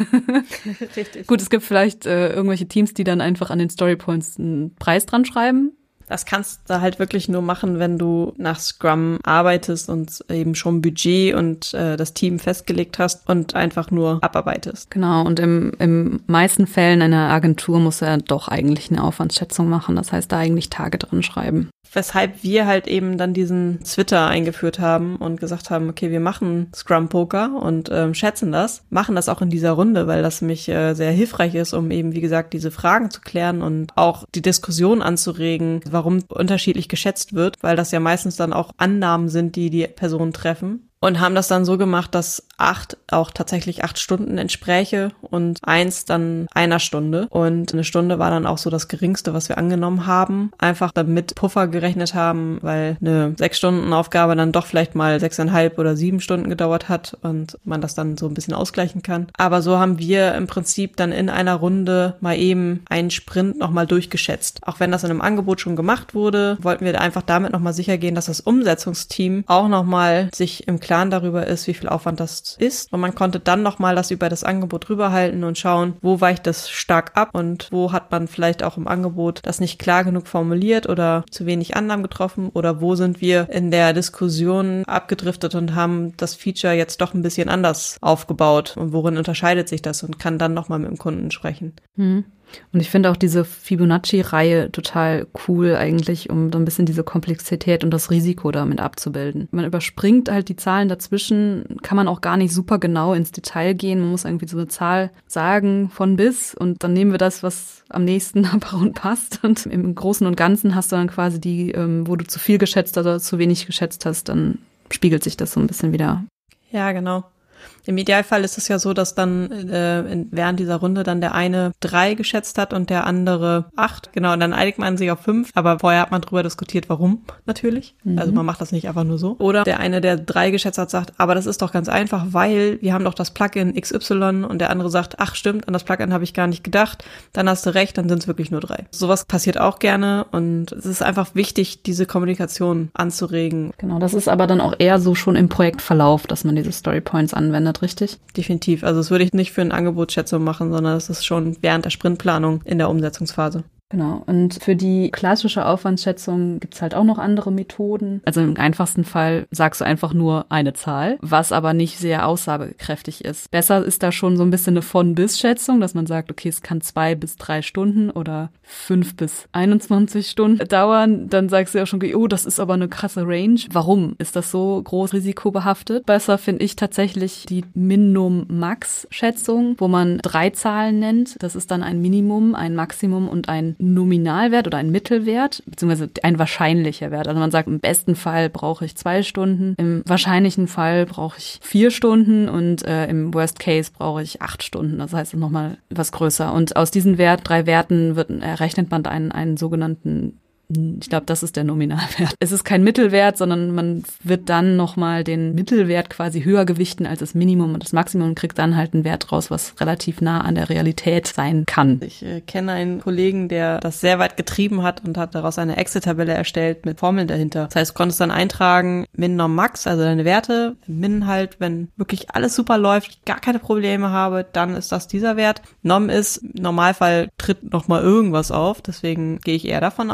Richtig. Gut, es gibt vielleicht äh, irgendwelche Teams, die dann einfach an den Storypoints einen Preis dran schreiben. Das kannst du halt wirklich nur machen, wenn du nach Scrum arbeitest und eben schon Budget und äh, das Team festgelegt hast und einfach nur abarbeitest. Genau, und im, im meisten Fällen einer Agentur muss er doch eigentlich eine Aufwandsschätzung machen. Das heißt, da eigentlich Tage drin schreiben. Weshalb wir halt eben dann diesen Twitter eingeführt haben und gesagt haben, okay, wir machen Scrum-Poker und ähm, schätzen das, machen das auch in dieser Runde, weil das mich äh, sehr hilfreich ist, um eben, wie gesagt, diese Fragen zu klären und auch die Diskussion anzuregen, warum unterschiedlich geschätzt wird, weil das ja meistens dann auch Annahmen sind, die die Personen treffen. Und haben das dann so gemacht, dass acht auch tatsächlich acht Stunden entspräche und eins dann einer Stunde. Und eine Stunde war dann auch so das Geringste, was wir angenommen haben. Einfach damit Puffer gerechnet haben, weil eine Sechs-Stunden-Aufgabe dann doch vielleicht mal sechseinhalb oder sieben Stunden gedauert hat und man das dann so ein bisschen ausgleichen kann. Aber so haben wir im Prinzip dann in einer Runde mal eben einen Sprint nochmal durchgeschätzt. Auch wenn das in einem Angebot schon gemacht wurde, wollten wir einfach damit nochmal sicher gehen, dass das Umsetzungsteam auch nochmal sich im Klaren darüber ist, wie viel Aufwand das ist. Und man konnte dann nochmal das über das Angebot rüberhalten und schauen, wo weicht das stark ab und wo hat man vielleicht auch im Angebot das nicht klar genug formuliert oder zu wenig Annahmen getroffen oder wo sind wir in der Diskussion abgedriftet und haben das Feature jetzt doch ein bisschen anders aufgebaut und worin unterscheidet sich das und kann dann nochmal mit dem Kunden sprechen. Hm. Und ich finde auch diese Fibonacci-Reihe total cool eigentlich, um so ein bisschen diese Komplexität und das Risiko damit abzubilden. Man überspringt halt die Zahlen dazwischen, kann man auch gar nicht super genau ins Detail gehen. Man muss irgendwie so eine Zahl sagen von bis und dann nehmen wir das, was am nächsten und passt. Und im Großen und Ganzen hast du dann quasi die, wo du zu viel geschätzt oder zu wenig geschätzt hast, dann spiegelt sich das so ein bisschen wieder. Ja, genau. Im Idealfall ist es ja so, dass dann äh, in, während dieser Runde dann der eine drei geschätzt hat und der andere acht. Genau, und dann einigt man sich auf fünf. Aber vorher hat man drüber diskutiert, warum natürlich. Mhm. Also man macht das nicht einfach nur so. Oder der eine, der drei geschätzt hat, sagt, aber das ist doch ganz einfach, weil wir haben doch das Plugin X Y und der andere sagt, ach stimmt, an das Plugin habe ich gar nicht gedacht. Dann hast du recht, dann sind es wirklich nur drei. Sowas passiert auch gerne und es ist einfach wichtig, diese Kommunikation anzuregen. Genau, das ist aber dann auch eher so schon im Projektverlauf, dass man diese Storypoints anwendet, richtig? Definitiv. Also das würde ich nicht für eine Angebotsschätzung machen, sondern das ist schon während der Sprintplanung in der Umsetzungsphase. Genau. Und für die klassische Aufwandsschätzung gibt's halt auch noch andere Methoden. Also im einfachsten Fall sagst du einfach nur eine Zahl, was aber nicht sehr aussagekräftig ist. Besser ist da schon so ein bisschen eine Von-Bis-Schätzung, dass man sagt, okay, es kann zwei bis drei Stunden oder fünf bis einundzwanzig Stunden dauern. Dann sagst du ja schon, oh, das ist aber eine krasse Range. Warum ist das so groß risikobehaftet? Besser finde ich tatsächlich die Minimum-Max-Schätzung, wo man drei Zahlen nennt. Das ist dann ein Minimum, ein Maximum und ein Nominalwert oder ein Mittelwert, beziehungsweise ein wahrscheinlicher Wert. Also man sagt, im besten Fall brauche ich zwei Stunden, im wahrscheinlichen Fall brauche ich vier Stunden und äh, im Worst Case brauche ich acht Stunden. Das heißt nochmal was größer. Und aus diesen Wert, drei Werten wird, errechnet man einen, einen sogenannten, ich glaube, das ist der Nominalwert. Es ist kein Mittelwert, sondern man wird dann nochmal den Mittelwert quasi höher gewichten als das Minimum und das Maximum und kriegt dann halt einen Wert raus, was relativ nah an der Realität sein kann. Ich äh, kenne einen Kollegen, der das sehr weit getrieben hat und hat daraus eine Excel-Tabelle erstellt mit Formeln dahinter. Das heißt, du konntest dann eintragen, Min, Norm, Max, also deine Werte. Min halt, wenn wirklich alles super läuft, ich gar keine Probleme habe, dann ist das dieser Wert. Norm ist, im Normalfall tritt nochmal irgendwas auf, deswegen gehe ich eher davon aus. Und im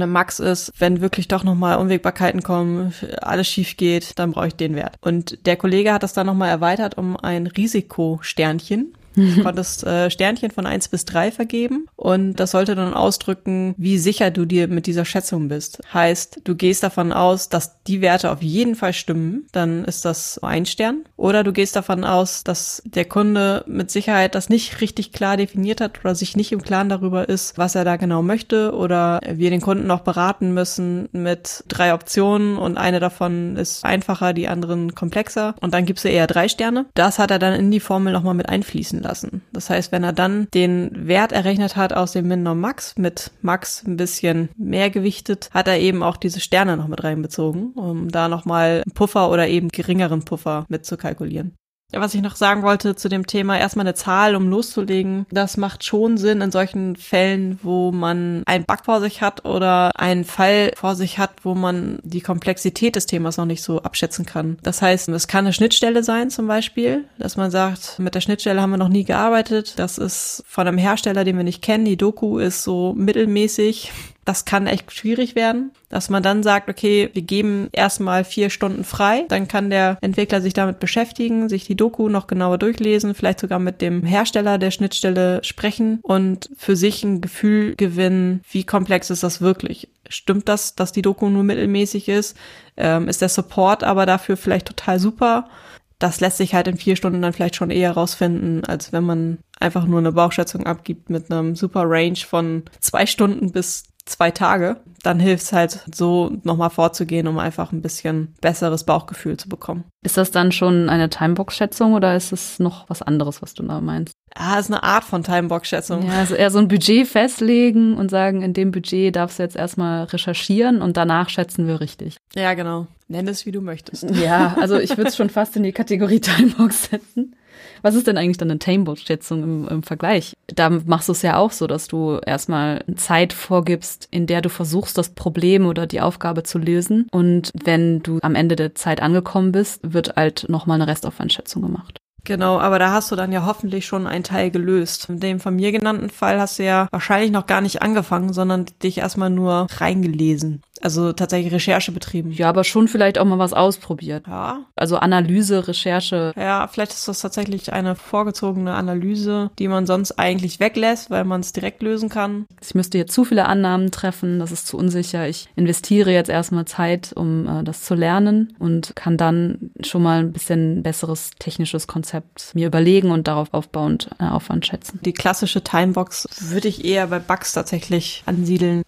Max ist, wenn wirklich doch nochmal Unwägbarkeiten kommen, alles schief geht, dann brauche ich den Wert. Und der Kollege hat das dann nochmal erweitert um ein Risikosternchen. Du konntest äh, Sternchen von eins bis drei vergeben und das sollte dann ausdrücken, wie sicher du dir mit dieser Schätzung bist. Heißt, du gehst davon aus, dass die Werte auf jeden Fall stimmen, dann ist das ein Stern. Oder du gehst davon aus, dass der Kunde mit Sicherheit das nicht richtig klar definiert hat oder sich nicht im Klaren darüber ist, was er da genau möchte, oder wir den Kunden noch beraten müssen mit drei Optionen und eine davon ist einfacher, die anderen komplexer und dann gibst du eher drei Sterne. Das hat er dann in die Formel nochmal mit einfließen lassen. Das heißt, wenn er dann den Wert errechnet hat aus dem Min Norm Max, mit Max ein bisschen mehr gewichtet, hat er eben auch diese Sterne noch mit reinbezogen, um da nochmal einen Puffer oder eben geringeren Puffer mit zu kalkulieren. Ja, was ich noch sagen wollte zu dem Thema, erstmal eine Zahl, um loszulegen. Das macht schon Sinn in solchen Fällen, wo man einen Bug vor sich hat oder einen Fall vor sich hat, wo man die Komplexität des Themas noch nicht so abschätzen kann. Das heißt, es kann eine Schnittstelle sein zum Beispiel, dass man sagt, mit der Schnittstelle haben wir noch nie gearbeitet. Das ist von einem Hersteller, den wir nicht kennen. Die Doku ist so mittelmäßig. Das kann echt schwierig werden, dass man dann sagt, okay, wir geben erstmal vier Stunden frei, dann kann der Entwickler sich damit beschäftigen, sich die Doku noch genauer durchlesen, vielleicht sogar mit dem Hersteller der Schnittstelle sprechen und für sich ein Gefühl gewinnen, wie komplex ist das wirklich. Stimmt das, dass die Doku nur mittelmäßig ist? Ähm, ist der Support aber dafür vielleicht total super? Das lässt sich halt in vier Stunden dann vielleicht schon eher rausfinden, als wenn man einfach nur eine Bauchschätzung abgibt mit einem super Range von zwei Stunden bis zwei Tage, dann hilft es halt so nochmal vorzugehen, um einfach ein bisschen besseres Bauchgefühl zu bekommen. Ist das dann schon eine Timebox-Schätzung oder ist es noch was anderes, was du da meinst? Ah, ist eine Art von Timebox-Schätzung. Ja, also eher so ein Budget festlegen und sagen, in dem Budget darfst du jetzt erstmal recherchieren und danach schätzen wir richtig. Ja, genau. Nenn es, wie du möchtest. Ja, also ich würde es schon fast in die Kategorie Timebox setzen. Was ist denn eigentlich dann eine Timebox-Schätzung im, im Vergleich? Da machst du es ja auch so, dass du erstmal Zeit vorgibst, in der du versuchst, das Problem oder die Aufgabe zu lösen. Und wenn du am Ende der Zeit angekommen bist, wird halt nochmal eine Restaufwandschätzung gemacht. Genau, aber da hast du dann ja hoffentlich schon einen Teil gelöst. In dem von mir genannten Fall hast du ja wahrscheinlich noch gar nicht angefangen, sondern dich erstmal nur reingelesen. Also tatsächlich Recherche betrieben. Ja, aber schon vielleicht auch mal was ausprobiert. Ja. Also Analyse, Recherche. Ja, vielleicht ist das tatsächlich eine vorgezogene Analyse, die man sonst eigentlich weglässt, weil man es direkt lösen kann. Ich müsste jetzt zu viele Annahmen treffen, das ist zu unsicher. Ich investiere jetzt erstmal Zeit, um äh, das zu lernen und kann dann schon mal ein bisschen besseres technisches Konzept mir überlegen und darauf aufbauend äh, Aufwand schätzen. Die klassische Timebox würde ich eher bei Bugs tatsächlich ansiedeln.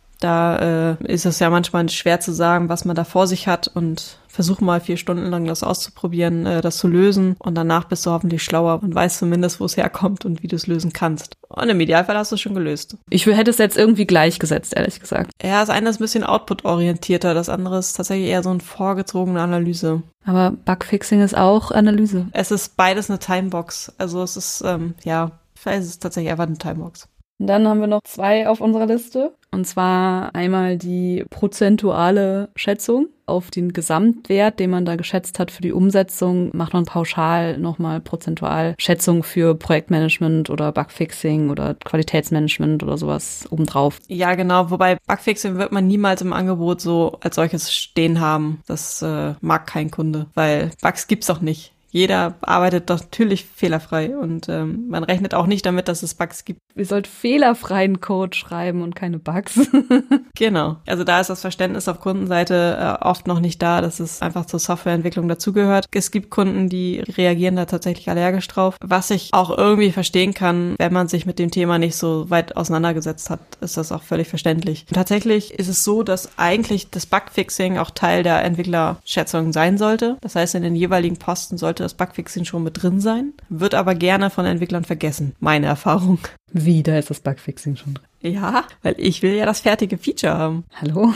Da äh, ist es ja manchmal schwer zu sagen, was man da vor sich hat und versuch mal vier Stunden lang das auszuprobieren, äh, das zu lösen und danach bist du hoffentlich schlauer und weißt zumindest, wo es herkommt und wie du es lösen kannst. Und im Idealfall hast du es schon gelöst. Ich hätte es jetzt irgendwie gleichgesetzt, ehrlich gesagt. Ja, das eine ist ein bisschen output-orientierter, das andere ist tatsächlich eher so eine vorgezogene Analyse. Aber Bugfixing ist auch Analyse. Es ist beides eine Timebox, also es ist, ähm, ja, vielleicht ist es tatsächlich einfach eine Timebox. Und dann haben wir noch zwei auf unserer Liste. Und zwar einmal die prozentuale Schätzung auf den Gesamtwert, den man da geschätzt hat für die Umsetzung. Macht man pauschal nochmal prozentual Schätzung für Projektmanagement oder Bugfixing oder Qualitätsmanagement oder sowas obendrauf. Ja, genau. Wobei Bugfixing wird man niemals im Angebot so als solches stehen haben. Das äh, mag kein Kunde, weil Bugs gibt's doch nicht. Jeder arbeitet doch natürlich fehlerfrei und ähm, man rechnet auch nicht damit, dass es Bugs gibt. Wir sollten fehlerfreien Code schreiben und keine Bugs. Genau. Also da ist das Verständnis auf Kundenseite äh, oft noch nicht da, dass es einfach zur Softwareentwicklung dazugehört. Es gibt Kunden, die reagieren da tatsächlich allergisch drauf. Was ich auch irgendwie verstehen kann, wenn man sich mit dem Thema nicht so weit auseinandergesetzt hat, ist das auch völlig verständlich. Und tatsächlich ist es so, dass eigentlich das Bugfixing auch Teil der Entwicklerschätzung sein sollte. Das heißt, in den jeweiligen Posten sollte das Bugfixing schon mit drin sein, wird aber gerne von Entwicklern vergessen. Meine Erfahrung. Wie, da ist das Bugfixing schon drin? Ja, weil ich will ja das fertige Feature haben. Hallo?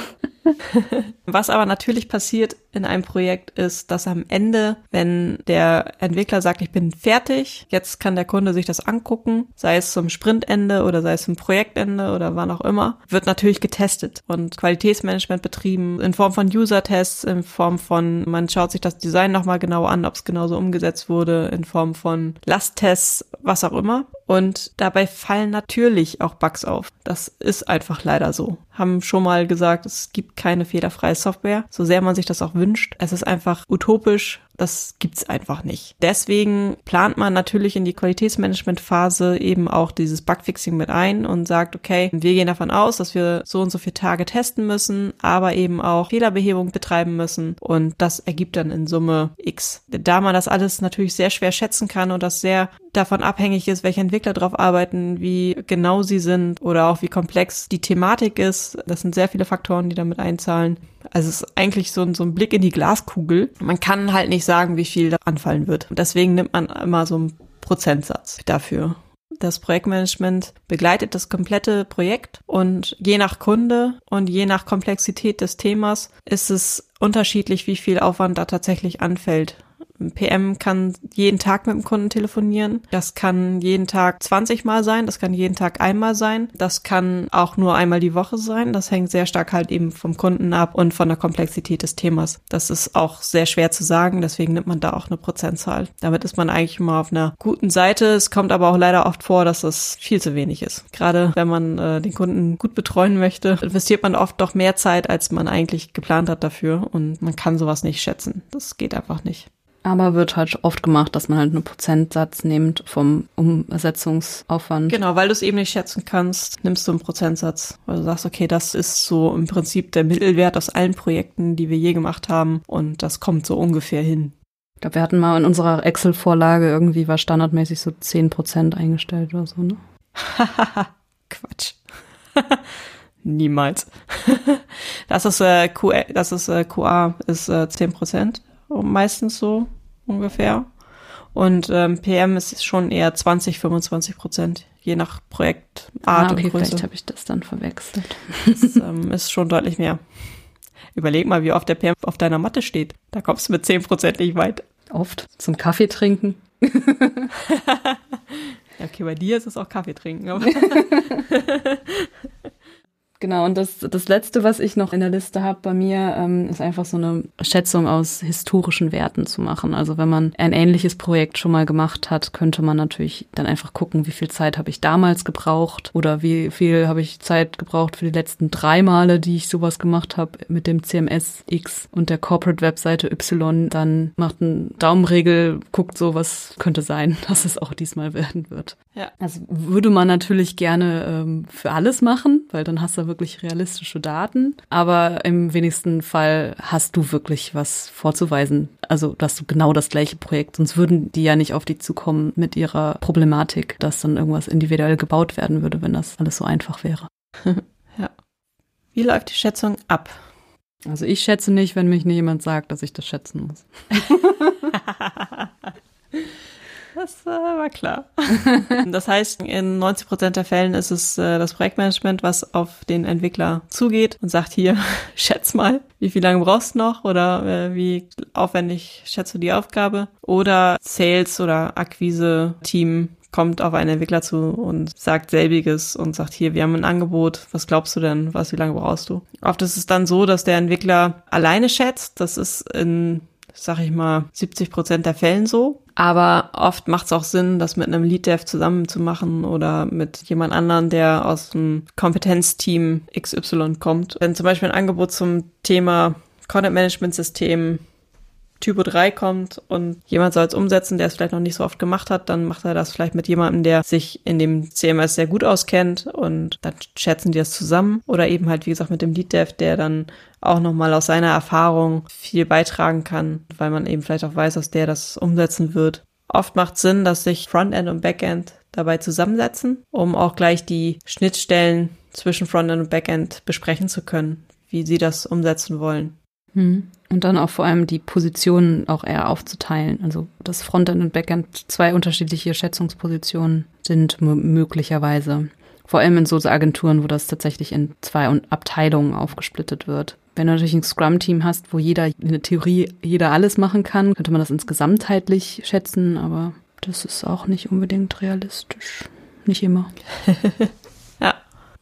Was aber natürlich passiert in einem Projekt ist, dass am Ende, wenn der Entwickler sagt, ich bin fertig, jetzt kann der Kunde sich das angucken, sei es zum Sprintende oder sei es zum Projektende oder wann auch immer, wird natürlich getestet und Qualitätsmanagement betrieben in Form von User-Tests, in Form von, man schaut sich das Design nochmal genau an, ob es genauso umgesetzt wurde, in Form von Lasttests, was auch immer. Und dabei fallen natürlich auch Bugs auf. Das ist einfach leider so. Haben schon mal gesagt, es gibt keine fehlerfreie Software, so sehr man sich das auch wünscht. Es ist einfach utopisch. Das gibt's einfach nicht. Deswegen plant man natürlich in die Qualitätsmanagementphase eben auch dieses Bugfixing mit ein und sagt, okay, wir gehen davon aus, dass wir so und so viele Tage testen müssen, aber eben auch Fehlerbehebung betreiben müssen und das ergibt dann in Summe X. Da man das alles natürlich sehr schwer schätzen kann und das sehr davon abhängig ist, welche Entwickler drauf arbeiten, wie genau sie sind oder auch wie komplex die Thematik ist. Das sind sehr viele Faktoren, die damit einzahlen. Also es ist eigentlich so ein, so ein Blick in die Glaskugel. Man kann halt nicht sagen, wie viel da anfallen wird. Und deswegen nimmt man immer so einen Prozentsatz dafür. Das Projektmanagement begleitet das komplette Projekt und je nach Kunde und je nach Komplexität des Themas ist es unterschiedlich, wie viel Aufwand da tatsächlich anfällt. Ein P M kann jeden Tag mit dem Kunden telefonieren. Das kann jeden Tag zwanzig Mal sein. Das kann jeden Tag einmal sein. Das kann auch nur einmal die Woche sein. Das hängt sehr stark halt eben vom Kunden ab und von der Komplexität des Themas. Das ist auch sehr schwer zu sagen. Deswegen nimmt man da auch eine Prozentzahl. Damit ist man eigentlich immer auf einer guten Seite. Es kommt aber auch leider oft vor, dass das viel zu wenig ist. Gerade wenn man äh, den Kunden gut betreuen möchte, investiert man oft doch mehr Zeit, als man eigentlich geplant hat dafür. Und man kann sowas nicht schätzen. Das geht einfach nicht. Aber wird halt oft gemacht, dass man halt einen Prozentsatz nimmt vom Umsetzungsaufwand. Genau, weil du es eben nicht schätzen kannst, nimmst du einen Prozentsatz. Weil du sagst, okay, das ist so im Prinzip der Mittelwert aus allen Projekten, die wir je gemacht haben. Und das kommt so ungefähr hin. Ich glaube, wir hatten mal in unserer Excel-Vorlage irgendwie war standardmäßig so zehn Prozent eingestellt oder so, ne? Quatsch. Niemals. Das ist, äh, Q, das ist äh, Q A, ist äh, zehn Prozent. Meistens so ungefähr. Und ähm, P M ist schon eher zwanzig, fünfundzwanzig Prozent, je nach Projektart ah, okay, und Größe. Vielleicht habe ich das dann verwechselt. Das ähm, ist schon deutlich mehr. Überleg mal, wie oft der P M auf deiner Matte steht. Da kommst du mit zehn Prozent nicht weit. Oft. Zum Kaffee trinken. Okay, bei dir ist es auch Kaffee trinken. Aber Genau, und das, das Letzte, was ich noch in der Liste habe bei mir, ähm, ist einfach so eine Schätzung aus historischen Werten zu machen. Also wenn man ein ähnliches Projekt schon mal gemacht hat, könnte man natürlich dann einfach gucken, wie viel Zeit habe ich damals gebraucht oder wie viel habe ich Zeit gebraucht für die letzten drei Male, die ich sowas gemacht habe mit dem C M S X und der Corporate-Webseite Y. Dann macht ein Daumenregel, guckt so, was könnte sein, dass es auch diesmal werden wird. Ja. Also würde man natürlich gerne ähm, für alles machen, weil dann hast du wirklich realistische Daten, aber im wenigsten Fall hast du wirklich was vorzuweisen. Also, dass du genau das gleiche Projekt, sonst würden die ja nicht auf dich zukommen mit ihrer Problematik, dass dann irgendwas individuell gebaut werden würde, wenn das alles so einfach wäre. Ja. Wie läuft die Schätzung ab? Also ich schätze nicht, wenn mich nicht jemand sagt, dass ich das schätzen muss. Das äh, war klar. Das heißt, in neunzig Prozent der Fällen ist es äh, das Projektmanagement, was auf den Entwickler zugeht und sagt, hier, schätz mal, wie viel lange brauchst du noch oder äh, wie aufwendig schätzt du die Aufgabe? Oder Sales- oder Akquise-Team kommt auf einen Entwickler zu und sagt selbiges und sagt, hier, wir haben ein Angebot, was glaubst du denn, was, wie lange brauchst du? Oft ist es dann so, dass der Entwickler alleine schätzt, das ist in, sag ich mal, siebzig Prozent der Fällen so. Aber oft macht es auch Sinn, das mit einem Lead-Dev zusammen zu machen oder mit jemand anderen, der aus dem Kompetenzteam X Y kommt. Wenn zum Beispiel ein Angebot zum Thema Content-Management-System Typo drei kommt und jemand soll es umsetzen, der es vielleicht noch nicht so oft gemacht hat, dann macht er das vielleicht mit jemandem, der sich in dem C M S sehr gut auskennt und dann schätzen die das zusammen. Oder eben halt, wie gesagt, mit dem Lead-Dev, der dann auch nochmal aus seiner Erfahrung viel beitragen kann, weil man eben vielleicht auch weiß, dass der das umsetzen wird. Oft macht es Sinn, dass sich Frontend und Backend dabei zusammensetzen, um auch gleich die Schnittstellen zwischen Frontend und Backend besprechen zu können, wie sie das umsetzen wollen. Und dann auch vor allem die Positionen auch eher aufzuteilen. Also das Frontend und Backend zwei unterschiedliche Schätzungspositionen sind m- möglicherweise. Vor allem in so Agenturen, wo das tatsächlich in zwei Abteilungen aufgesplittet wird. Wenn du natürlich ein Scrum-Team hast, wo jeder in der Theorie jeder alles machen kann, könnte man das insgesamtheitlich schätzen, aber das ist auch nicht unbedingt realistisch. Nicht immer. Ja.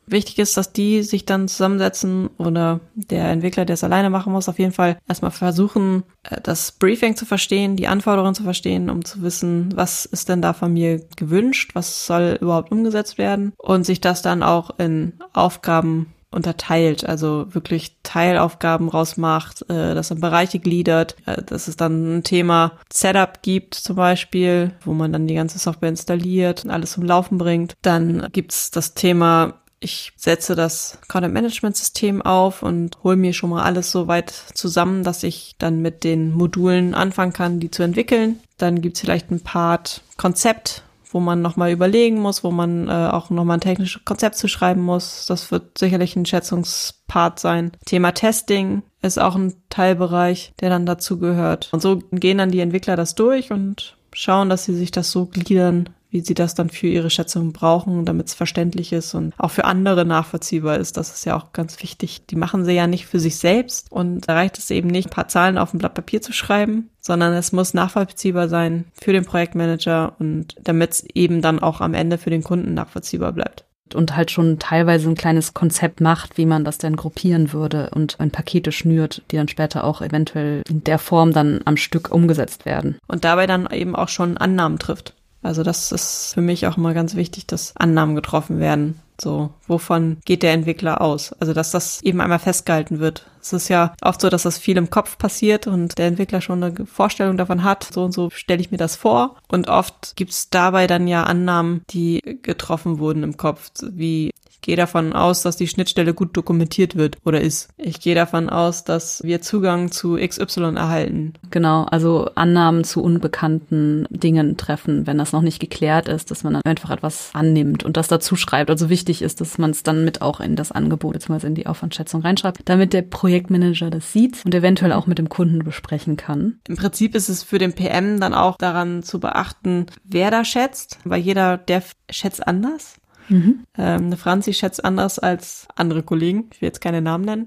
Wichtig ist, dass die sich dann zusammensetzen oder der Entwickler, der es alleine machen muss, auf jeden Fall erstmal versuchen, das Briefing zu verstehen, die Anforderungen zu verstehen, um zu wissen, was ist denn da von mir gewünscht, was soll überhaupt umgesetzt werden und sich das dann auch in Aufgaben unterteilt, also wirklich Teilaufgaben rausmacht, äh, das in Bereiche gliedert, äh, dass es dann ein Thema Setup gibt zum Beispiel, wo man dann die ganze Software installiert und alles zum Laufen bringt. Dann gibt's das Thema, ich setze das Content-Management-System auf und hole mir schon mal alles so weit zusammen, dass ich dann mit den Modulen anfangen kann, die zu entwickeln. Dann gibt's vielleicht einen Part Konzept, wo man nochmal überlegen muss, wo man äh, auch nochmal ein technisches Konzept zu schreiben muss. Das wird sicherlich ein Schätzungspart sein. Thema Testing ist auch ein Teilbereich, der dann dazu gehört. Und so gehen dann die Entwickler das durch und schauen, dass sie sich das so gliedern, wie sie das dann für ihre Schätzung brauchen, damit es verständlich ist und auch für andere nachvollziehbar ist. Das ist ja auch ganz wichtig. Die machen sie ja nicht für sich selbst und da reicht es eben nicht, ein paar Zahlen auf ein Blatt Papier zu schreiben, sondern es muss nachvollziehbar sein für den Projektmanager und damit es eben dann auch am Ende für den Kunden nachvollziehbar bleibt. Und halt schon teilweise ein kleines Konzept macht, wie man das denn gruppieren würde und in Pakete schnürt, die dann später auch eventuell in der Form dann am Stück umgesetzt werden. Und dabei dann eben auch schon Annahmen trifft. Also das ist für mich auch mal ganz wichtig, dass Annahmen getroffen werden. So, wovon geht der Entwickler aus? Also, dass das eben einmal festgehalten wird. Es ist ja oft so, dass das viel im Kopf passiert und der Entwickler schon eine Vorstellung davon hat. So und so stelle ich mir das vor. Und oft gibt es dabei dann ja Annahmen, die getroffen wurden im Kopf, wie ich gehe davon aus, dass die Schnittstelle gut dokumentiert wird oder ist. Ich gehe davon aus, dass wir Zugang zu X Y erhalten. Genau, also Annahmen zu unbekannten Dingen treffen, wenn das noch nicht geklärt ist, dass man dann einfach etwas annimmt und das dazu schreibt. Also wichtig ist, dass man es dann mit auch in das Angebot bzw. in die Aufwandschätzung reinschreibt, damit der Projektmanager das sieht und eventuell auch mit dem Kunden besprechen kann. Im Prinzip ist es für den P M dann auch daran zu beachten, wer da schätzt, weil jeder, der schätzt anders. Mhm. Ähm, eine Franzi schätzt anders als andere Kollegen. Ich will jetzt keine Namen nennen.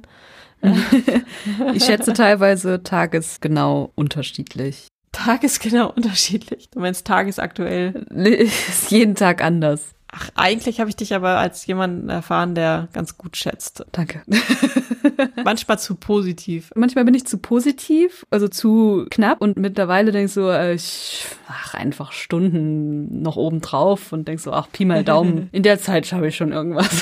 Ich schätze teilweise tagesgenau unterschiedlich. Tagesgenau unterschiedlich? Du meinst tagesaktuell? Ist jeden Tag anders. Ach, eigentlich habe ich dich aber als jemanden erfahren, der ganz gut schätzt. Danke. Manchmal zu positiv. Manchmal bin ich zu positiv, also zu knapp und mittlerweile denke ich so, äh, ich, ach, einfach Stunden noch oben drauf und denke so, ach, Pi mal Daumen, in der Zeit schaffe ich schon irgendwas.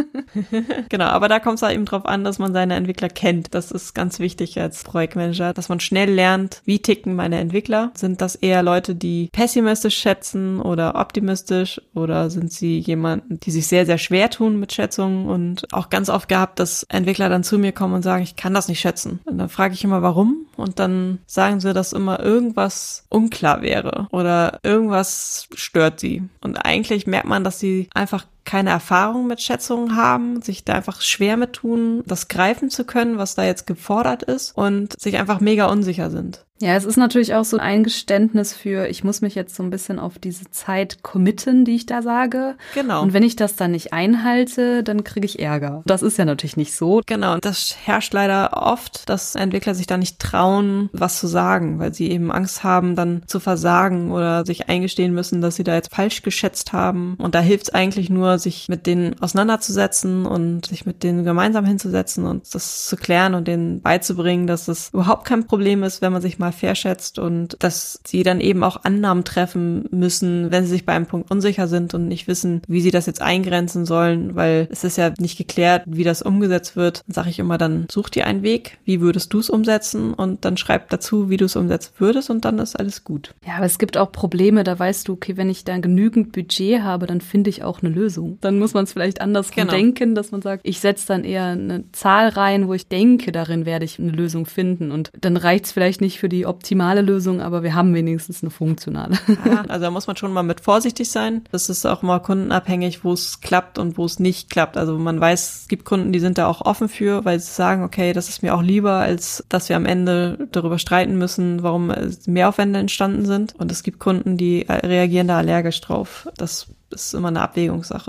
Genau, aber da kommt es halt eben drauf an, dass man seine Entwickler kennt. Das ist ganz wichtig als Projektmanager, dass man schnell lernt, wie ticken meine Entwickler. Sind das eher Leute, die pessimistisch schätzen oder optimistisch oder sind sie jemanden, die sich sehr, sehr schwer tun mit Schätzungen und auch ganz oft gehabt, dass Entwickler dann zu mir kommen und sagen, ich kann das nicht schätzen. Und dann frage ich immer, warum? Und dann sagen sie, dass immer irgendwas unklar wäre oder irgendwas stört sie. Und eigentlich merkt man, dass sie einfach keine Erfahrung mit Schätzungen haben, sich da einfach schwer mit tun, das greifen zu können, was da jetzt gefordert ist und sich einfach mega unsicher sind. Ja, es ist natürlich auch so ein Eingeständnis für, ich muss mich jetzt so ein bisschen auf diese Zeit committen, die ich da sage. Genau. Und wenn ich das dann nicht einhalte, dann kriege ich Ärger. Das ist ja natürlich nicht so. Genau, und das herrscht leider oft, dass Entwickler sich da nicht trauen, was zu sagen, weil sie eben Angst haben, dann zu versagen oder sich eingestehen müssen, dass sie da jetzt falsch geschätzt haben. Und da hilft es eigentlich nur, sich mit denen auseinanderzusetzen und sich mit denen gemeinsam hinzusetzen und das zu klären und denen beizubringen, dass es überhaupt kein Problem ist, wenn man sich mal verschätzt und dass sie dann eben auch Annahmen treffen müssen, wenn sie sich bei einem Punkt unsicher sind und nicht wissen, wie sie das jetzt eingrenzen sollen, weil es ist ja nicht geklärt, wie das umgesetzt wird. Dann sage ich immer, dann such dir einen Weg, wie würdest du es umsetzen und dann schreib dazu, wie du es umsetzen würdest und dann ist alles gut. Ja, aber es gibt auch Probleme, da weißt du, okay, wenn ich da genügend Budget habe, dann finde ich auch eine Lösung. Dann muss man es vielleicht anders genau. denken, dass man sagt, ich setze dann eher eine Zahl rein, wo ich denke, darin werde ich eine Lösung finden und dann reicht es vielleicht nicht für die optimale Lösung, aber wir haben wenigstens eine funktionale. Ja, also da muss man schon mal mit vorsichtig sein. Das ist auch mal kundenabhängig, wo es klappt und wo es nicht klappt. Also man weiß, es gibt Kunden, die sind da auch offen für, weil sie sagen, okay, das ist mir auch lieber, als dass wir am Ende darüber streiten müssen, warum Mehraufwände entstanden sind. Und es gibt Kunden, die reagieren da allergisch drauf. Das ist immer eine Abwägungssache.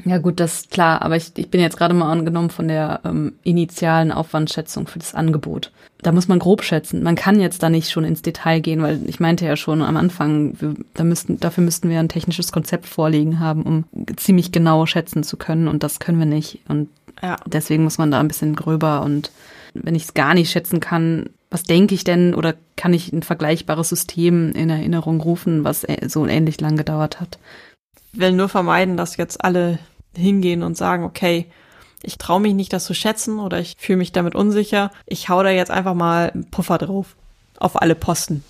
Ja gut, das ist klar, aber ich, ich bin jetzt gerade mal angenommen von der ähm, initialen Aufwandschätzung für das Angebot. Da muss man grob schätzen. Man kann jetzt da nicht schon ins Detail gehen, weil ich meinte ja schon am Anfang, wir, da müssten, dafür müssten wir ein technisches Konzept vorliegen haben, um ziemlich genau schätzen zu können, und das können wir nicht. Und ja, deswegen muss man da ein bisschen gröber, und wenn ich es gar nicht schätzen kann, was denke ich denn, oder kann ich ein vergleichbares System in Erinnerung rufen, was so ähnlich lang gedauert hat? Ich will nur vermeiden, dass jetzt alle hingehen und sagen, okay, ich traue mich nicht, das zu schätzen, oder ich fühle mich damit unsicher. Ich hau da jetzt einfach mal einen Puffer drauf. Auf alle Posten.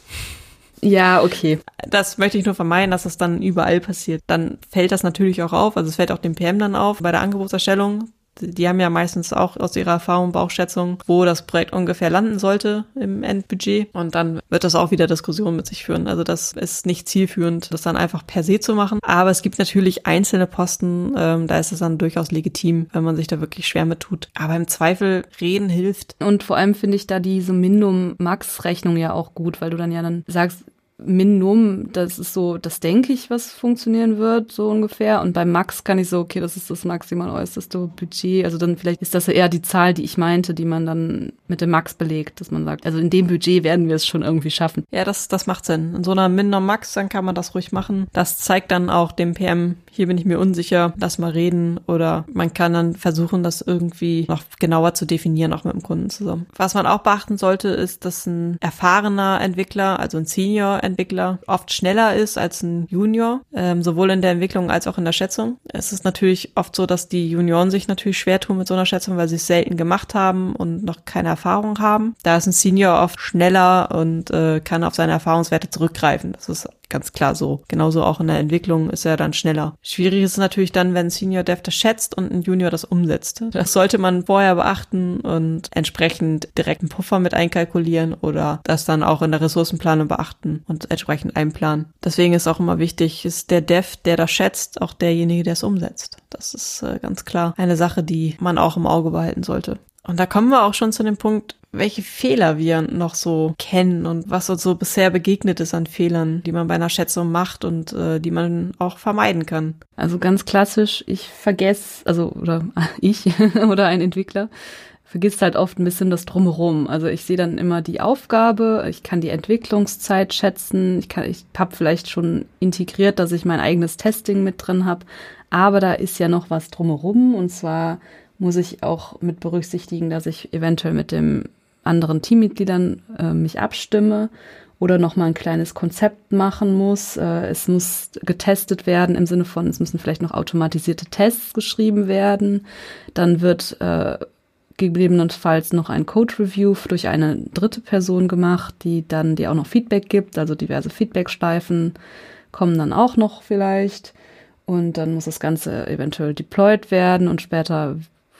Ja, okay. Das möchte ich nur vermeiden, dass das dann überall passiert. Dann fällt das natürlich auch auf. Also es fällt auch dem P M dann auf bei der Angebotserstellung. Die haben ja meistens auch aus ihrer Erfahrung Bauchschätzung, wo das Projekt ungefähr landen sollte im Endbudget. Und dann wird das auch wieder Diskussionen mit sich führen. Also das ist nicht zielführend, das dann einfach per se zu machen. Aber es gibt natürlich einzelne Posten, ähm, da ist es dann durchaus legitim, wenn man sich da wirklich schwer mit tut. Aber im Zweifel reden hilft. Und vor allem finde ich da diese Minimum-Max-Rechnung ja auch gut, weil du dann ja dann sagst, Minimum, das ist so, das denke ich, was funktionieren wird, so ungefähr. Und beim Max kann ich so, okay, das ist das maximal äußerste Budget. Also dann vielleicht ist das eher die Zahl, die ich meinte, die man dann mit dem Max belegt, dass man sagt, also in dem Budget werden wir es schon irgendwie schaffen. Ja, das, das macht Sinn. In so einer Minimum-Max, dann kann man das ruhig machen. Das zeigt dann auch dem P M, hier bin ich mir unsicher, lass mal reden. Oder man kann dann versuchen, das irgendwie noch genauer zu definieren, auch mit dem Kunden zusammen. Was man auch beachten sollte, ist, dass ein erfahrener Entwickler, also ein Senior Entwickler oft schneller ist als ein Junior, ähm, sowohl in der Entwicklung als auch in der Schätzung. Es ist natürlich oft so, dass die Junioren sich natürlich schwer tun mit so einer Schätzung, weil sie es selten gemacht haben und noch keine Erfahrung haben. Da ist ein Senior oft schneller und äh, kann auf seine Erfahrungswerte zurückgreifen. Das ist ganz klar so. Genauso auch in der Entwicklung ist er dann schneller. Schwierig ist es natürlich dann, wenn ein Senior Dev das schätzt und ein Junior das umsetzt. Das sollte man vorher beachten und entsprechend direkt einen Puffer mit einkalkulieren oder das dann auch in der Ressourcenplanung beachten und entsprechend einplanen. Deswegen ist auch immer wichtig, ist der Dev, der das schätzt, auch derjenige, der es umsetzt. Das ist äh, ganz klar eine Sache, die man auch im Auge behalten sollte. Und da kommen wir auch schon zu dem Punkt, welche Fehler wir noch so kennen und was uns so bisher begegnet ist an Fehlern, die man bei einer Schätzung macht und äh, die man auch vermeiden kann. Also ganz klassisch, ich vergesse, also oder ich oder ein Entwickler vergisst halt oft ein bisschen das Drumherum. Also ich sehe dann immer die Aufgabe, ich kann die Entwicklungszeit schätzen, ich kann, ich habe vielleicht schon integriert, dass ich mein eigenes Testing mit drin habe, aber da ist ja noch was drumherum, und zwar muss ich auch mit berücksichtigen, dass ich eventuell mit dem anderen Teammitgliedern äh, mich abstimme oder nochmal ein kleines Konzept machen muss. Äh, es muss getestet werden im Sinne von, es müssen vielleicht noch automatisierte Tests geschrieben werden. Dann wird äh, gegebenenfalls noch ein Code-Review durch eine dritte Person gemacht, die dann dir auch noch Feedback gibt. Also diverse Feedback-Schleifen kommen dann auch noch vielleicht. Und dann muss das Ganze eventuell deployed werden, und später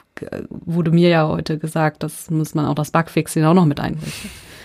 wurde mir ja heute gesagt, das muss man auch das Bugfixing auch noch mit einrichten.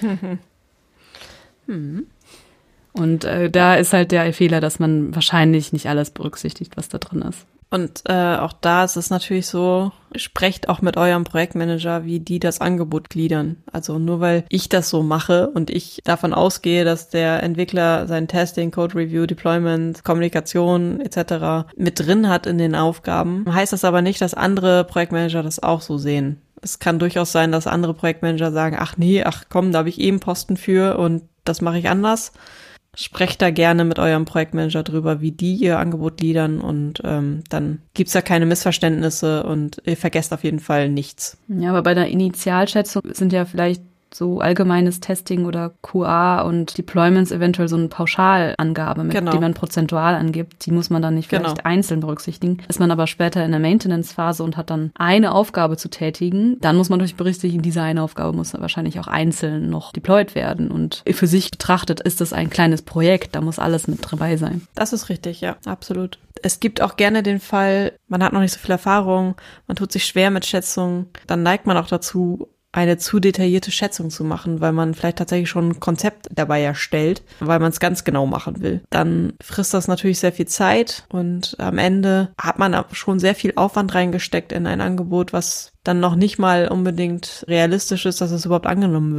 hm. Und äh, da ist halt der Fehler, dass man wahrscheinlich nicht alles berücksichtigt, was da drin ist. Und äh, auch da ist es natürlich so, sprecht auch mit eurem Projektmanager, wie die das Angebot gliedern. Also nur weil ich das so mache und ich davon ausgehe, dass der Entwickler sein Testing, Code Review, Deployment, Kommunikation et cetera mit drin hat in den Aufgaben, heißt das aber nicht, dass andere Projektmanager das auch so sehen. Es kann durchaus sein, dass andere Projektmanager sagen, ach nee, ach komm, da habe ich eben Posten für und das mache ich anders. Sprecht da gerne mit eurem Projektmanager drüber, wie die ihr Angebot gliedern, und ähm, dann gibt's da keine Missverständnisse und ihr vergesst auf jeden Fall nichts. Ja, aber bei der Initialschätzung sind ja vielleicht so allgemeines Testing oder Q A und Deployments eventuell so eine Pauschalangabe, mit, genau, die man prozentual angibt. Die muss man dann nicht vielleicht genau einzeln berücksichtigen. Ist man aber später in der Maintenance-Phase und hat dann eine Aufgabe zu tätigen, dann muss man natürlich berücksichtigen, diese eine Aufgabe muss dann wahrscheinlich auch einzeln noch deployed werden. Und für sich betrachtet ist das ein kleines Projekt, da muss alles mit dabei sein. Das ist richtig, ja, absolut. Es gibt auch gerne den Fall, man hat noch nicht so viel Erfahrung, man tut sich schwer mit Schätzungen, dann neigt man auch dazu, eine zu detaillierte Schätzung zu machen, weil man vielleicht tatsächlich schon ein Konzept dabei erstellt, weil man es ganz genau machen will. Dann frisst das natürlich sehr viel Zeit und am Ende hat man schon sehr viel Aufwand reingesteckt in ein Angebot, was dann noch nicht mal unbedingt realistisch ist, dass es überhaupt angenommen wird.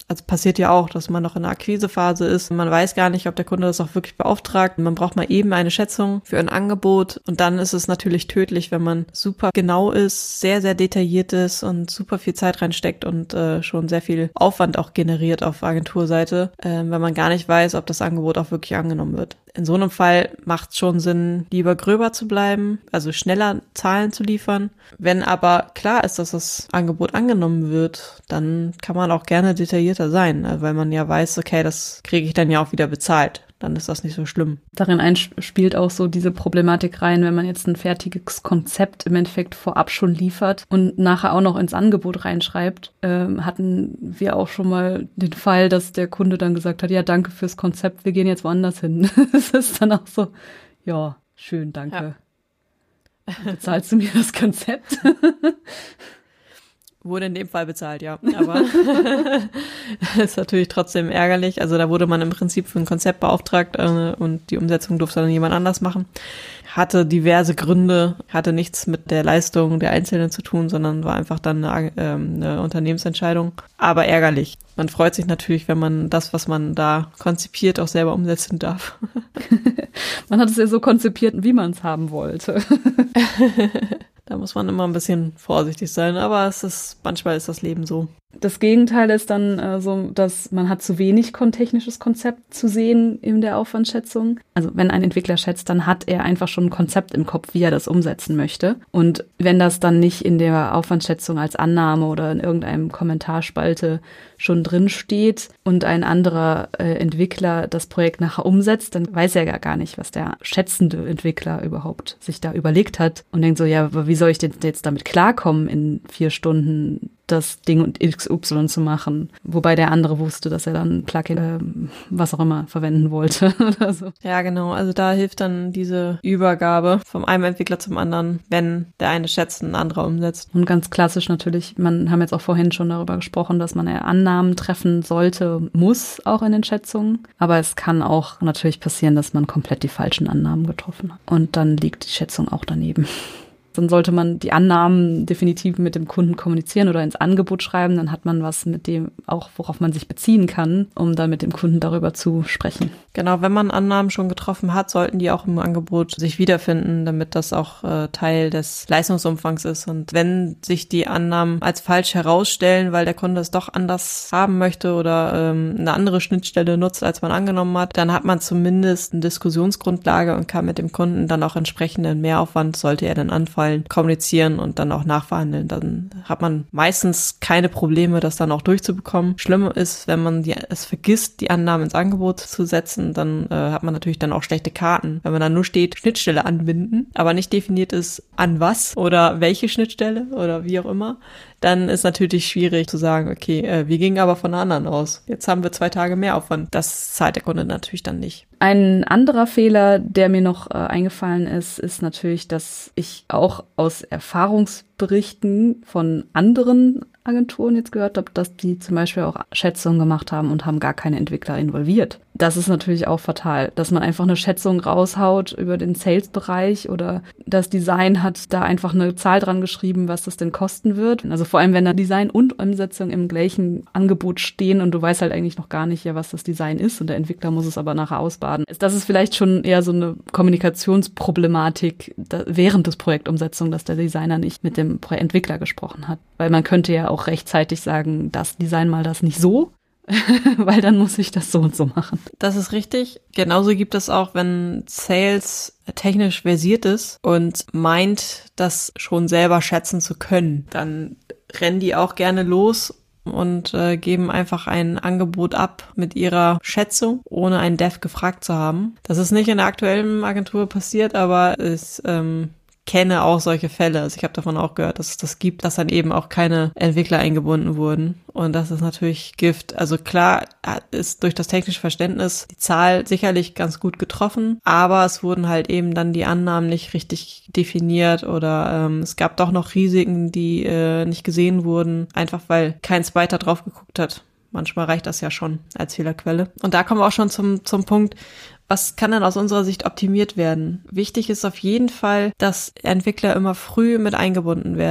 Also passiert ja auch, dass man noch in der Akquisephase ist. Man weiß gar nicht, ob der Kunde das auch wirklich beauftragt. Man braucht mal eben eine Schätzung für ein Angebot. Und dann ist es natürlich tödlich, wenn man super genau ist, sehr, sehr detailliert ist und super viel Zeit reinsteckt und äh, schon sehr viel Aufwand auch generiert auf Agenturseite, äh, wenn man gar nicht weiß, ob das Angebot auch wirklich angenommen wird. In so einem Fall macht es schon Sinn, lieber gröber zu bleiben, also schneller Zahlen zu liefern. Wenn aber klar ist, dass das Angebot angenommen wird, dann kann man auch gerne detaillierter sein, weil man ja weiß, okay, das kriege ich dann ja auch wieder bezahlt. Dann ist das nicht so schlimm. Darin ein spielt auch so diese Problematik rein, wenn man jetzt ein fertiges Konzept im Endeffekt vorab schon liefert und nachher auch noch ins Angebot reinschreibt. Ähm, hatten wir auch schon mal den Fall, dass der Kunde dann gesagt hat, ja, danke fürs Konzept, wir gehen jetzt woanders hin. Das ist dann auch so, ja, schön, danke. Ja. Bezahlst du mir das Konzept? Wurde in dem Fall bezahlt, ja. Aber ist natürlich trotzdem ärgerlich. Also da wurde man im Prinzip für ein Konzept beauftragt äh, und die Umsetzung durfte dann jemand anders machen. Hatte diverse Gründe, hatte nichts mit der Leistung der Einzelnen zu tun, sondern war einfach dann eine, äh, eine Unternehmensentscheidung. Aber ärgerlich. Man freut sich natürlich, wenn man das, was man da konzipiert, auch selber umsetzen darf. Man hat es ja so konzipiert, wie man es haben wollte. Da muss man immer ein bisschen vorsichtig sein, aber es ist, manchmal ist das Leben so. Das Gegenteil ist dann äh, so, dass man hat zu wenig kon- technisches Konzept zu sehen in der Aufwandschätzung. Also wenn ein Entwickler schätzt, dann hat er einfach schon ein Konzept im Kopf, wie er das umsetzen möchte. Und wenn das dann nicht in der Aufwandschätzung als Annahme oder in irgendeinem Kommentarspalte schon drin steht und ein anderer äh, Entwickler das Projekt nachher umsetzt, dann weiß er ja gar nicht, was der schätzende Entwickler überhaupt sich da überlegt hat und denkt so, ja, aber wie soll ich denn jetzt damit klarkommen, in vier Stunden das Ding und X Y zu machen. Wobei der andere wusste, dass er dann Plugin, äh, was auch immer, verwenden wollte oder so. Ja, genau. Also da hilft dann diese Übergabe vom einen Entwickler zum anderen, wenn der eine schätzt, ein anderer umsetzt. Und ganz klassisch natürlich, man haben jetzt auch vorhin schon darüber gesprochen, dass man ja Annahmen treffen sollte, muss auch in den Schätzungen. Aber es kann auch natürlich passieren, dass man komplett die falschen Annahmen getroffen hat. Und dann liegt die Schätzung auch daneben. Dann sollte man die Annahmen definitiv mit dem Kunden kommunizieren oder ins Angebot schreiben. Dann hat man was mit dem auch, worauf man sich beziehen kann, um dann mit dem Kunden darüber zu sprechen. Genau, wenn man Annahmen schon getroffen hat, sollten die auch im Angebot sich wiederfinden, damit das auch äh, Teil des Leistungsumfangs ist. Und wenn sich die Annahmen als falsch herausstellen, weil der Kunde es doch anders haben möchte oder ähm, eine andere Schnittstelle nutzt, als man angenommen hat, dann hat man zumindest eine Diskussionsgrundlage und kann mit dem Kunden dann auch entsprechenden Mehraufwand, sollte er dann anfallen, kommunizieren und dann auch nachverhandeln. Dann hat man meistens keine Probleme, das dann auch durchzubekommen. Schlimm ist, wenn man die, es vergisst, die Annahmen ins Angebot zu setzen, dann äh, hat man natürlich dann auch schlechte Karten. Wenn man dann nur steht, Schnittstelle anbinden, aber nicht definiert ist, an was oder welche Schnittstelle oder wie auch immer, dann ist natürlich schwierig zu sagen, okay, äh, wir gingen aber von einer anderen aus. Jetzt haben wir zwei Tage mehr Aufwand. Das zahlt der Kunde natürlich dann nicht. Ein anderer Fehler, der mir noch äh, eingefallen ist, ist natürlich, dass ich auch aus Erfahrungsberichten von anderen Agenturen jetzt gehört habe, dass die zum Beispiel auch Schätzungen gemacht haben und haben gar keine Entwickler involviert. Das ist natürlich auch fatal, dass man einfach eine Schätzung raushaut über den Sales-Bereich oder das Design hat da einfach eine Zahl dran geschrieben, was das denn kosten wird. Also vor allem, wenn da Design und Umsetzung im gleichen Angebot stehen und du weißt halt eigentlich noch gar nicht, ja, was das Design ist und der Entwickler muss es aber nachher ausbaden. Das ist vielleicht schon eher so eine Kommunikationsproblematik da, während des Projektumsetzung, dass der Designer nicht mit dem Entwickler gesprochen hat. Weil man könnte ja auch rechtzeitig sagen, das Design mal das nicht so, weil dann muss ich das so und so machen. Das ist richtig. Genauso gibt es auch, wenn Sales technisch versiert ist und meint, das schon selber schätzen zu können, dann rennen die auch gerne los und äh, geben einfach ein Angebot ab mit ihrer Schätzung, ohne einen Dev gefragt zu haben. Das ist nicht in der aktuellen Agentur passiert, aber es ähm, kenne auch solche Fälle. Also ich habe davon auch gehört, dass es das gibt, dass dann eben auch keine Entwickler eingebunden wurden. Und das ist natürlich Gift. Also klar ist durch das technische Verständnis die Zahl sicherlich ganz gut getroffen, aber es wurden halt eben dann die Annahmen nicht richtig definiert oder ähm, es gab doch noch Risiken, die äh, nicht gesehen wurden, einfach weil kein Zweiter drauf geguckt hat. Manchmal reicht das ja schon als Fehlerquelle. Und da kommen wir auch schon zum zum Punkt, was kann denn aus unserer Sicht optimiert werden? Wichtig ist auf jeden Fall, dass Entwickler immer früh mit eingebunden werden.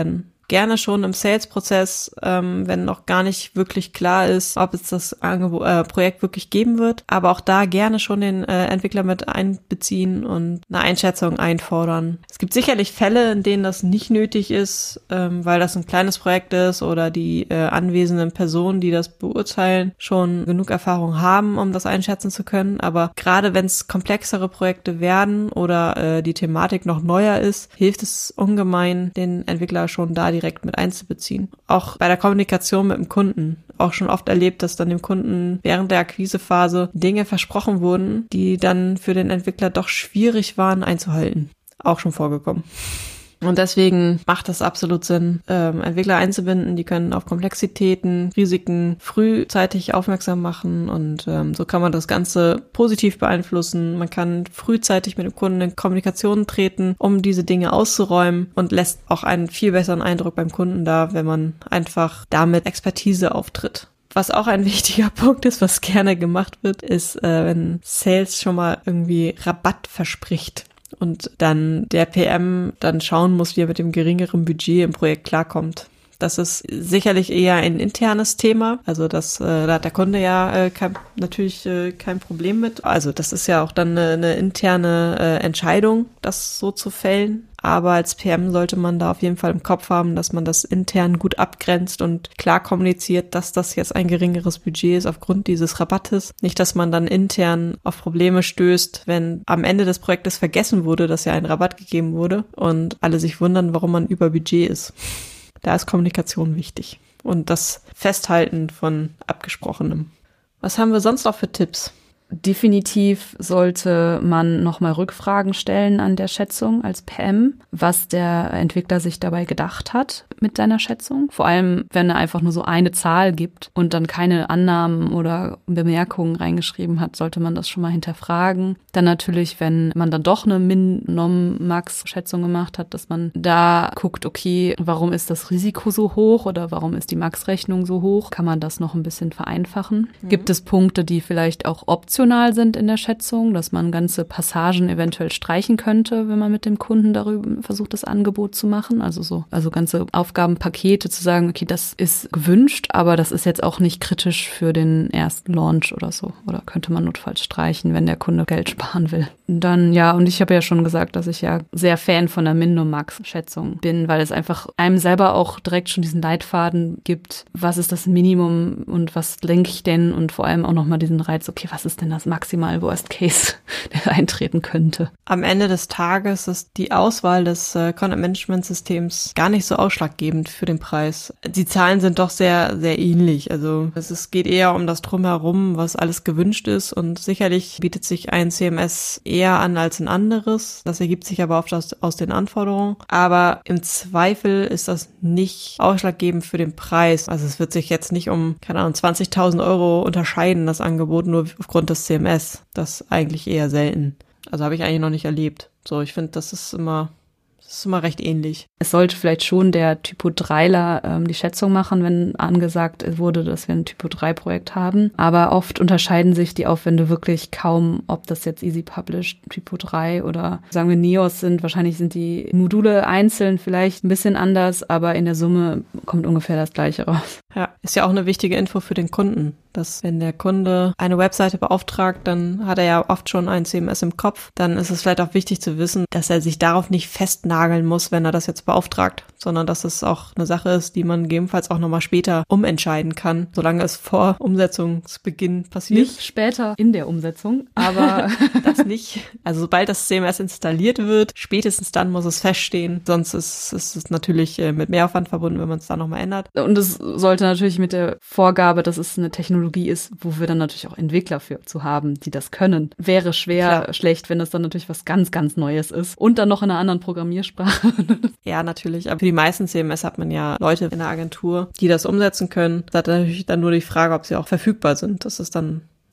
Gerne schon im Sales-Prozess, ähm, wenn noch gar nicht wirklich klar ist, ob es das Angebot, äh, Projekt wirklich geben wird. Aber auch da gerne schon den äh, Entwickler mit einbeziehen und eine Einschätzung einfordern. Es gibt sicherlich Fälle, in denen das nicht nötig ist, ähm, weil das ein kleines Projekt ist oder die äh, anwesenden Personen, die das beurteilen, schon genug Erfahrung haben, um das einschätzen zu können. Aber gerade wenn es komplexere Projekte werden oder äh, die Thematik noch neuer ist, hilft es ungemein, den Entwickler schon da direkt mit einzubeziehen. Auch bei der Kommunikation mit dem Kunden. Auch schon oft erlebt, dass dann dem Kunden während der Akquisephase Dinge versprochen wurden, die dann für den Entwickler doch schwierig waren einzuhalten. Auch schon vorgekommen. Und deswegen macht es absolut Sinn, ähm, Entwickler einzubinden. Die können auf Komplexitäten, Risiken frühzeitig aufmerksam machen und ähm, so kann man das Ganze positiv beeinflussen. Man kann frühzeitig mit dem Kunden in Kommunikation treten, um diese Dinge auszuräumen und lässt auch einen viel besseren Eindruck beim Kunden da, wenn man einfach damit Expertise auftritt. Was auch ein wichtiger Punkt ist, was gerne gemacht wird, ist, äh, wenn Sales schon mal irgendwie Rabatt verspricht. Und dann der P M dann schauen muss, wie er mit dem geringeren Budget im Projekt klarkommt. Das ist sicherlich eher ein internes Thema. Also das, äh, da hat der Kunde ja äh, kein, natürlich äh, kein Problem mit. Also das ist ja auch dann eine, eine interne äh, Entscheidung, das so zu fällen. Aber als P M sollte man da auf jeden Fall im Kopf haben, dass man das intern gut abgrenzt und klar kommuniziert, dass das jetzt ein geringeres Budget ist aufgrund dieses Rabattes. Nicht, dass man dann intern auf Probleme stößt, wenn am Ende des Projektes vergessen wurde, dass ja ein Rabatt gegeben wurde und alle sich wundern, warum man über Budget ist. Da ist Kommunikation wichtig und das Festhalten von Abgesprochenem. Was haben wir sonst noch für Tipps? Definitiv sollte man nochmal Rückfragen stellen an der Schätzung als P M, was der Entwickler sich dabei gedacht hat mit seiner Schätzung. Vor allem, wenn er einfach nur so eine Zahl gibt und dann keine Annahmen oder Bemerkungen reingeschrieben hat, sollte man das schon mal hinterfragen. Dann natürlich, wenn man dann doch eine Min-Nom-Max-Schätzung gemacht hat, dass man da guckt, okay, warum ist das Risiko so hoch oder warum ist die Max-Rechnung so hoch? Kann man das noch ein bisschen vereinfachen? Mhm. Gibt es Punkte, die vielleicht auch optional sind in der Schätzung, dass man ganze Passagen eventuell streichen könnte, wenn man mit dem Kunden darüber versucht, das Angebot zu machen. Also so, also ganze Aufgabenpakete zu sagen, okay, das ist gewünscht, aber das ist jetzt auch nicht kritisch für den ersten Launch oder so. Oder könnte man notfalls streichen, wenn der Kunde Geld sparen will. Dann, ja, und ich habe ja schon gesagt, dass ich ja sehr Fan von der Min-Nom-Max-Schätzung bin, weil es einfach einem selber auch direkt schon diesen Leitfaden gibt. Was ist das Minimum und was lenke ich denn? Und vor allem auch nochmal diesen Reiz, okay, was ist denn das maximal Worst Case, der eintreten könnte? Am Ende des Tages ist die Auswahl des äh, Content-Management-Systems gar nicht so ausschlaggebend für den Preis. Die Zahlen sind doch sehr, sehr ähnlich. Also es ist, geht eher um das Drumherum, was alles gewünscht ist und sicherlich bietet sich ein C M S eher an als ein anderes. Das ergibt sich aber oft aus, aus den Anforderungen. Aber im Zweifel ist das nicht ausschlaggebend für den Preis. Also es wird sich jetzt nicht um, keine Ahnung, zwanzigtausend Euro unterscheiden, das Angebot, nur aufgrund des C M S. Das ist eigentlich eher selten. Also habe ich eigentlich noch nicht erlebt. So, ich finde, das ist immer, das ist immer recht ähnlich. Es sollte vielleicht schon der Typo dreiler ähm, die Schätzung machen, wenn angesagt wurde, dass wir ein Typo drei Projekt haben. Aber oft unterscheiden sich die Aufwände wirklich kaum, ob das jetzt Easy Publish, Typo drei oder sagen wir Neos sind. Wahrscheinlich sind die Module einzeln vielleicht ein bisschen anders, aber in der Summe kommt ungefähr das Gleiche raus. Ja, ist ja auch eine wichtige Info für den Kunden, dass wenn der Kunde eine Webseite beauftragt, dann hat er ja oft schon ein C M S im Kopf. Dann ist es vielleicht auch wichtig zu wissen, dass er sich darauf nicht festnageln muss, wenn er das jetzt beauftragt, sondern dass es auch eine Sache ist, die man gegebenenfalls auch nochmal später umentscheiden kann, solange es vor Umsetzungsbeginn passiert. Nicht später in der Umsetzung, aber das nicht. Also sobald das C M S installiert wird, spätestens dann muss es feststehen, sonst ist, ist es natürlich mit Mehraufwand verbunden, wenn man es da nochmal ändert. Und es sollte natürlich mit der Vorgabe, dass es eine Technologie ist, wo wir dann natürlich auch Entwickler für zu haben, die das können. Wäre schwer, Klar. schlecht, wenn das dann natürlich was ganz, ganz Neues ist und dann noch in einer anderen Programmiersprache. Ja, natürlich. Aber für die meisten C M S hat man ja Leute in der Agentur, die das umsetzen können. Da hat natürlich dann nur die Frage, ob sie auch verfügbar sind. Das ist dann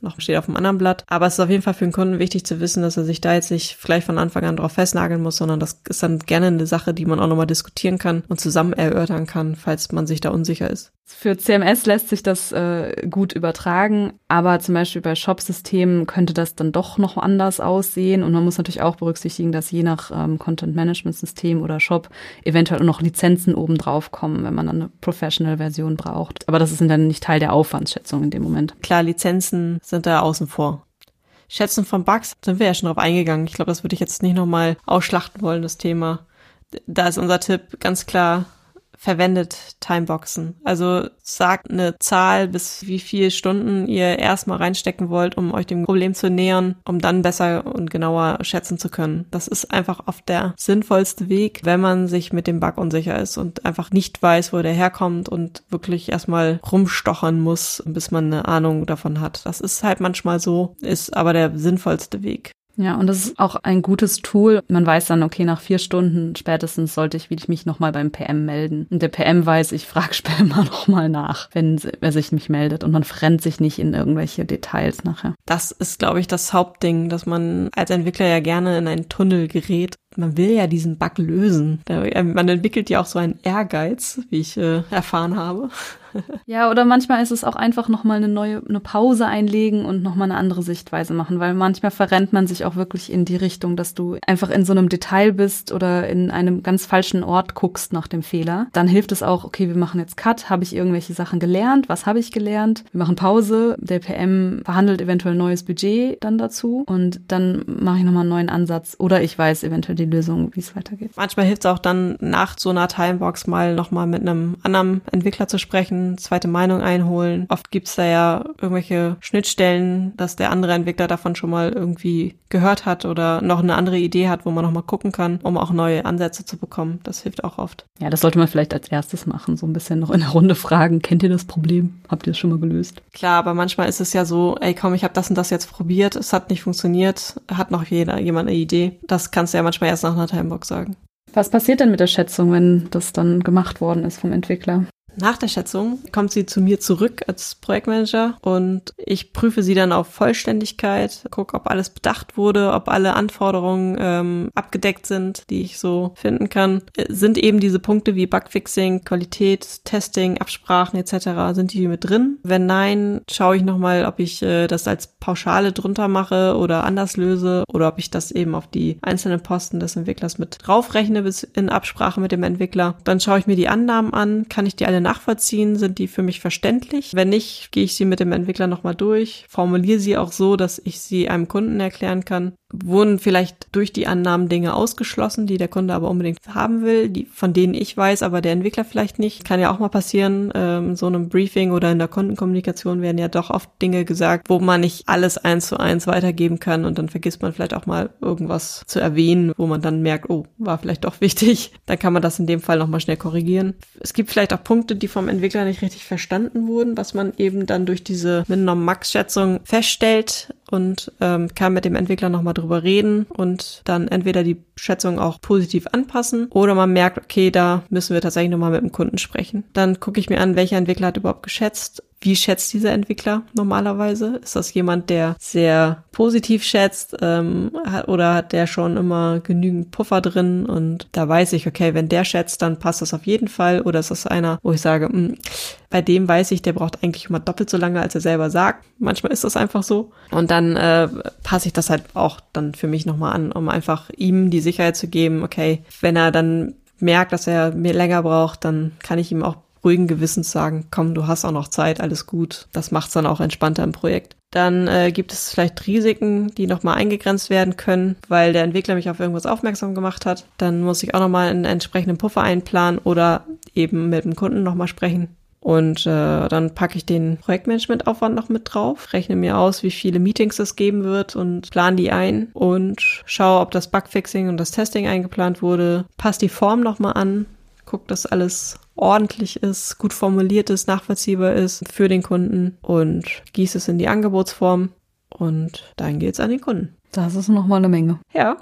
noch steht auf dem anderen Blatt. Aber es ist auf jeden Fall für den Kunden wichtig zu wissen, dass er sich da jetzt nicht vielleicht von Anfang an drauf festnageln muss, sondern das ist dann gerne eine Sache, die man auch nochmal diskutieren kann und zusammen erörtern kann, falls man sich da unsicher ist. Für C M S lässt sich das äh, gut übertragen, aber zum Beispiel bei Shop-Systemen könnte das dann doch noch anders aussehen und man muss natürlich auch berücksichtigen, dass je nach ähm, Content-Management-System oder Shop eventuell auch noch Lizenzen oben drauf kommen, wenn man dann eine Professional-Version braucht. Aber das ist dann nicht Teil der Aufwandsschätzung in dem Moment. Klar, Lizenzen sind da außen vor. Schätzen von Bugs sind wir ja schon drauf eingegangen. Ich glaube, das würde ich jetzt nicht nochmal ausschlachten wollen, das Thema. Da ist unser Tipp ganz klar, verwendet Timeboxen. Also sagt eine Zahl, bis wie viele Stunden ihr erstmal reinstecken wollt, um euch dem Problem zu nähern, um dann besser und genauer schätzen zu können. Das ist einfach oft der sinnvollste Weg, wenn man sich mit dem Bug unsicher ist und einfach nicht weiß, wo der herkommt und wirklich erstmal rumstochern muss, bis man eine Ahnung davon hat. Das ist halt manchmal so, ist aber der sinnvollste Weg. Ja, und das ist auch ein gutes Tool. Man weiß dann, okay, nach vier Stunden spätestens sollte ich mich nochmal beim P M melden. Und der P M weiß, ich frage später mal nochmal nach, wenn er sich mich meldet. Und man verrennt sich nicht in irgendwelche Details nachher. Das ist, glaube ich, das Hauptding, dass man als Entwickler ja gerne in einen Tunnel gerät. Man will ja diesen Bug lösen. Man entwickelt ja auch so einen Ehrgeiz, wie ich äh, erfahren habe. Ja, oder manchmal ist es auch einfach nochmal eine neue, eine Pause einlegen und nochmal eine andere Sichtweise machen, weil manchmal verrennt man sich auch wirklich in die Richtung, dass du einfach in so einem Detail bist oder in einem ganz falschen Ort guckst nach dem Fehler. Dann hilft es auch, okay, wir machen jetzt Cut, habe ich irgendwelche Sachen gelernt, was habe ich gelernt? Wir machen Pause, der P M verhandelt eventuell ein neues Budget dann dazu und dann mache ich nochmal einen neuen Ansatz oder ich weiß eventuell die Lösung, wie es weitergeht. Manchmal hilft es auch dann, nach so einer Timebox mal nochmal mit einem anderen Entwickler zu sprechen, zweite Meinung einholen. Oft gibt's da ja irgendwelche Schnittstellen, dass der andere Entwickler davon schon mal irgendwie gehört hat oder noch eine andere Idee hat, wo man nochmal gucken kann, um auch neue Ansätze zu bekommen. Das hilft auch oft. Ja, das sollte man vielleicht als erstes machen, so ein bisschen noch in der Runde fragen, kennt ihr das Problem? Habt ihr es schon mal gelöst? Klar, aber manchmal ist es ja so, ey komm, ich habe das und das jetzt probiert, es hat nicht funktioniert, hat noch jeder jemand eine Idee. Das kannst du ja manchmal erst nach einer Timebox sagen. Was passiert denn mit der Schätzung, wenn das dann gemacht worden ist vom Entwickler? Nach der Schätzung kommt sie zu mir zurück als Projektmanager und ich prüfe sie dann auf Vollständigkeit, gucke, ob alles bedacht wurde, ob alle Anforderungen ähm, abgedeckt sind, die ich so finden kann. Sind eben diese Punkte wie Bugfixing, Qualität, Testing, Absprachen et cetera, sind die mit drin? Wenn nein, schaue ich nochmal, ob ich äh, das als Pauschale drunter mache oder anders löse oder ob ich das eben auf die einzelnen Posten des Entwicklers mit draufrechne bis in Absprache mit dem Entwickler. Dann schaue ich mir die Annahmen an, kann ich die alle nachvollziehen, sind die für mich verständlich? Wenn nicht, gehe ich sie mit dem Entwickler nochmal durch, formuliere sie auch so, dass ich sie einem Kunden erklären kann. Wurden vielleicht durch die Annahmen Dinge ausgeschlossen, die der Kunde aber unbedingt haben will, die von denen ich weiß, aber der Entwickler vielleicht nicht. Kann ja auch mal passieren, ähm, in so einem Briefing oder in der Kundenkommunikation werden ja doch oft Dinge gesagt, wo man nicht alles eins zu eins weitergeben kann und dann vergisst man vielleicht auch mal irgendwas zu erwähnen, wo man dann merkt, oh, war vielleicht doch wichtig. Dann kann man das in dem Fall nochmal schnell korrigieren. Es gibt vielleicht auch Punkte, die vom Entwickler nicht richtig verstanden wurden, was man eben dann durch diese Min-Norm-Max-Schätzung feststellt und ähm, kann mit dem Entwickler nochmal drüber reden und dann entweder die Schätzung auch positiv anpassen oder man merkt, okay, da müssen wir tatsächlich nochmal mit dem Kunden sprechen. Dann gucke ich mir an, welcher Entwickler hat überhaupt geschätzt. Wie schätzt dieser Entwickler normalerweise? Ist das jemand, der sehr positiv schätzt ähm, hat, oder hat der schon immer genügend Puffer drin? Und da weiß ich, okay, wenn der schätzt, dann passt das auf jeden Fall. Oder ist das einer, wo ich sage, mh, bei dem weiß ich, der braucht eigentlich immer doppelt so lange, als er selber sagt. Manchmal ist das einfach so. Und dann äh, passe ich das halt auch dann für mich nochmal an, um einfach ihm die Sicherheit zu geben, okay, wenn er dann merkt, dass er mir länger braucht, dann kann ich ihm auch ruhigen Gewissens sagen, komm, du hast auch noch Zeit, alles gut. Das macht's dann auch entspannter im Projekt. Dann äh, gibt es vielleicht Risiken, die nochmal eingegrenzt werden können, weil der Entwickler mich auf irgendwas aufmerksam gemacht hat. Dann muss ich auch nochmal einen entsprechenden Puffer einplanen oder eben mit dem Kunden nochmal sprechen. Und äh, dann packe ich den Projektmanagementaufwand noch mit drauf, rechne mir aus, wie viele Meetings es geben wird und plane die ein und schaue, ob das Bugfixing und das Testing eingeplant wurde. Passe die Form nochmal an, gucke, dass alles ordentlich ist, gut formuliert ist, nachvollziehbar ist für den Kunden und gieße es in die Angebotsform und dann geht's an den Kunden. Das ist nochmal eine Menge. Ja.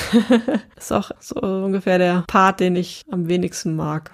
Ist auch so ungefähr der Part, den ich am wenigsten mag.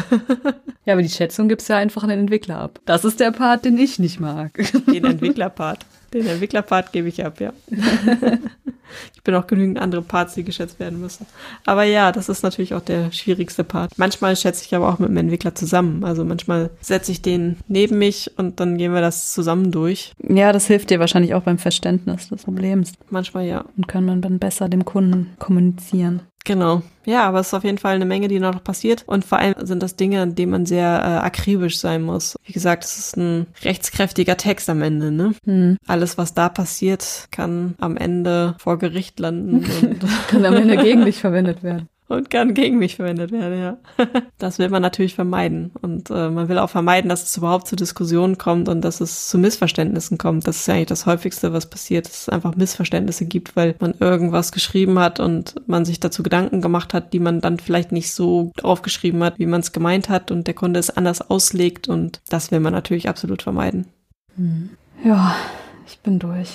Ja, aber die Schätzung gibt's ja einfach an den Entwickler ab. Das ist der Part, den ich nicht mag. Den Entwicklerpart. Den Entwicklerpart gebe ich ab, ja. Ich bin auch genügend andere Parts, die geschätzt werden müssen. Aber ja, das ist natürlich auch der schwierigste Part. Manchmal schätze ich aber auch mit dem Entwickler zusammen. Also manchmal setze ich den neben mich und dann gehen wir das zusammen durch. Ja, das hilft dir wahrscheinlich auch beim Verständnis des Problems. Manchmal ja. Und kann man dann besser dem Kunden kommunizieren. Genau. Ja, aber es ist auf jeden Fall eine Menge, die noch passiert. Und vor allem sind das Dinge, an denen man sehr äh, akribisch sein muss. Wie gesagt, es ist ein rechtskräftiger Text am Ende, ne? Hm. Alles, was da passiert, kann am Ende vor Gericht landen. Und kann am Ende gegen dich verwendet werden. Und kann gegen mich verwendet werden, ja. Das will man natürlich vermeiden. Und äh, man will auch vermeiden, dass es überhaupt zu Diskussionen kommt und dass es zu Missverständnissen kommt. Das ist ja eigentlich das Häufigste, was passiert, dass es einfach Missverständnisse gibt, weil man irgendwas geschrieben hat und man sich dazu Gedanken gemacht hat, die man dann vielleicht nicht so aufgeschrieben hat, wie man es gemeint hat und der Kunde es anders auslegt. Und das will man natürlich absolut vermeiden. Ja, ich bin durch.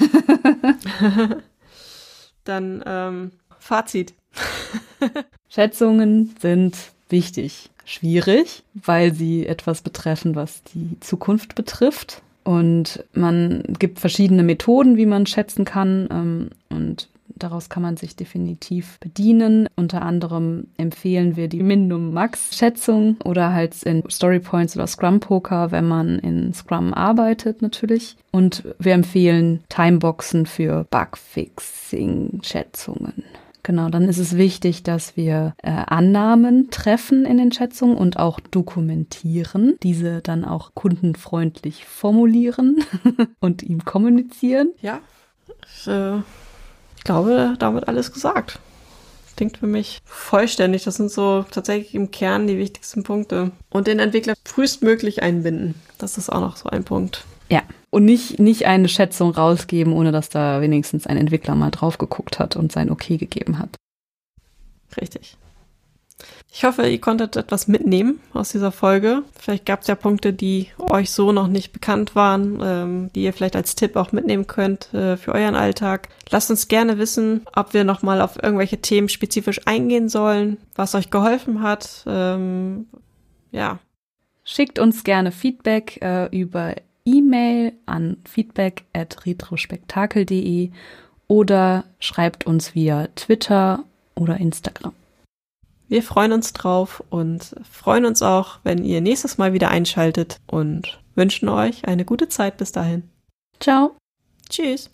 Dann ähm, Fazit. Schätzungen sind wichtig, schwierig, weil sie etwas betreffen, was die Zukunft betrifft. Und man gibt verschiedene Methoden, wie man schätzen kann. Ähm, und daraus kann man sich definitiv bedienen. Unter anderem empfehlen wir die Min-Num-Max-Schätzung oder halt in Story Points oder Scrum Poker, wenn man in Scrum arbeitet natürlich. Und wir empfehlen Timeboxen für Bugfixing-Schätzungen. Genau, dann ist es wichtig, dass wir äh, Annahmen treffen in den Schätzungen und auch dokumentieren, diese dann auch kundenfreundlich formulieren und ihm kommunizieren. Ja, ich, äh, ich glaube, damit alles gesagt. Klingt für mich vollständig. Das sind so tatsächlich im Kern die wichtigsten Punkte. Und den Entwickler frühestmöglich einbinden. Das ist auch noch so ein Punkt. Ja, und nicht, nicht eine Schätzung rausgeben, ohne dass da wenigstens ein Entwickler mal drauf geguckt hat und sein Okay gegeben hat. Richtig. Ich hoffe, ihr konntet etwas mitnehmen aus dieser Folge. Vielleicht gab es ja Punkte, die euch so noch nicht bekannt waren, ähm, die ihr vielleicht als Tipp auch mitnehmen könnt äh, für euren Alltag. Lasst uns gerne wissen, ob wir nochmal auf irgendwelche Themen spezifisch eingehen sollen, was euch geholfen hat. Ähm, ja. Schickt uns gerne Feedback äh, über E-Mail an feedback at retrospektakel punkt de oder schreibt uns via Twitter oder Instagram. Wir freuen uns drauf und freuen uns auch, wenn ihr nächstes Mal wieder einschaltet und wünschen euch eine gute Zeit bis dahin. Ciao. Tschüss.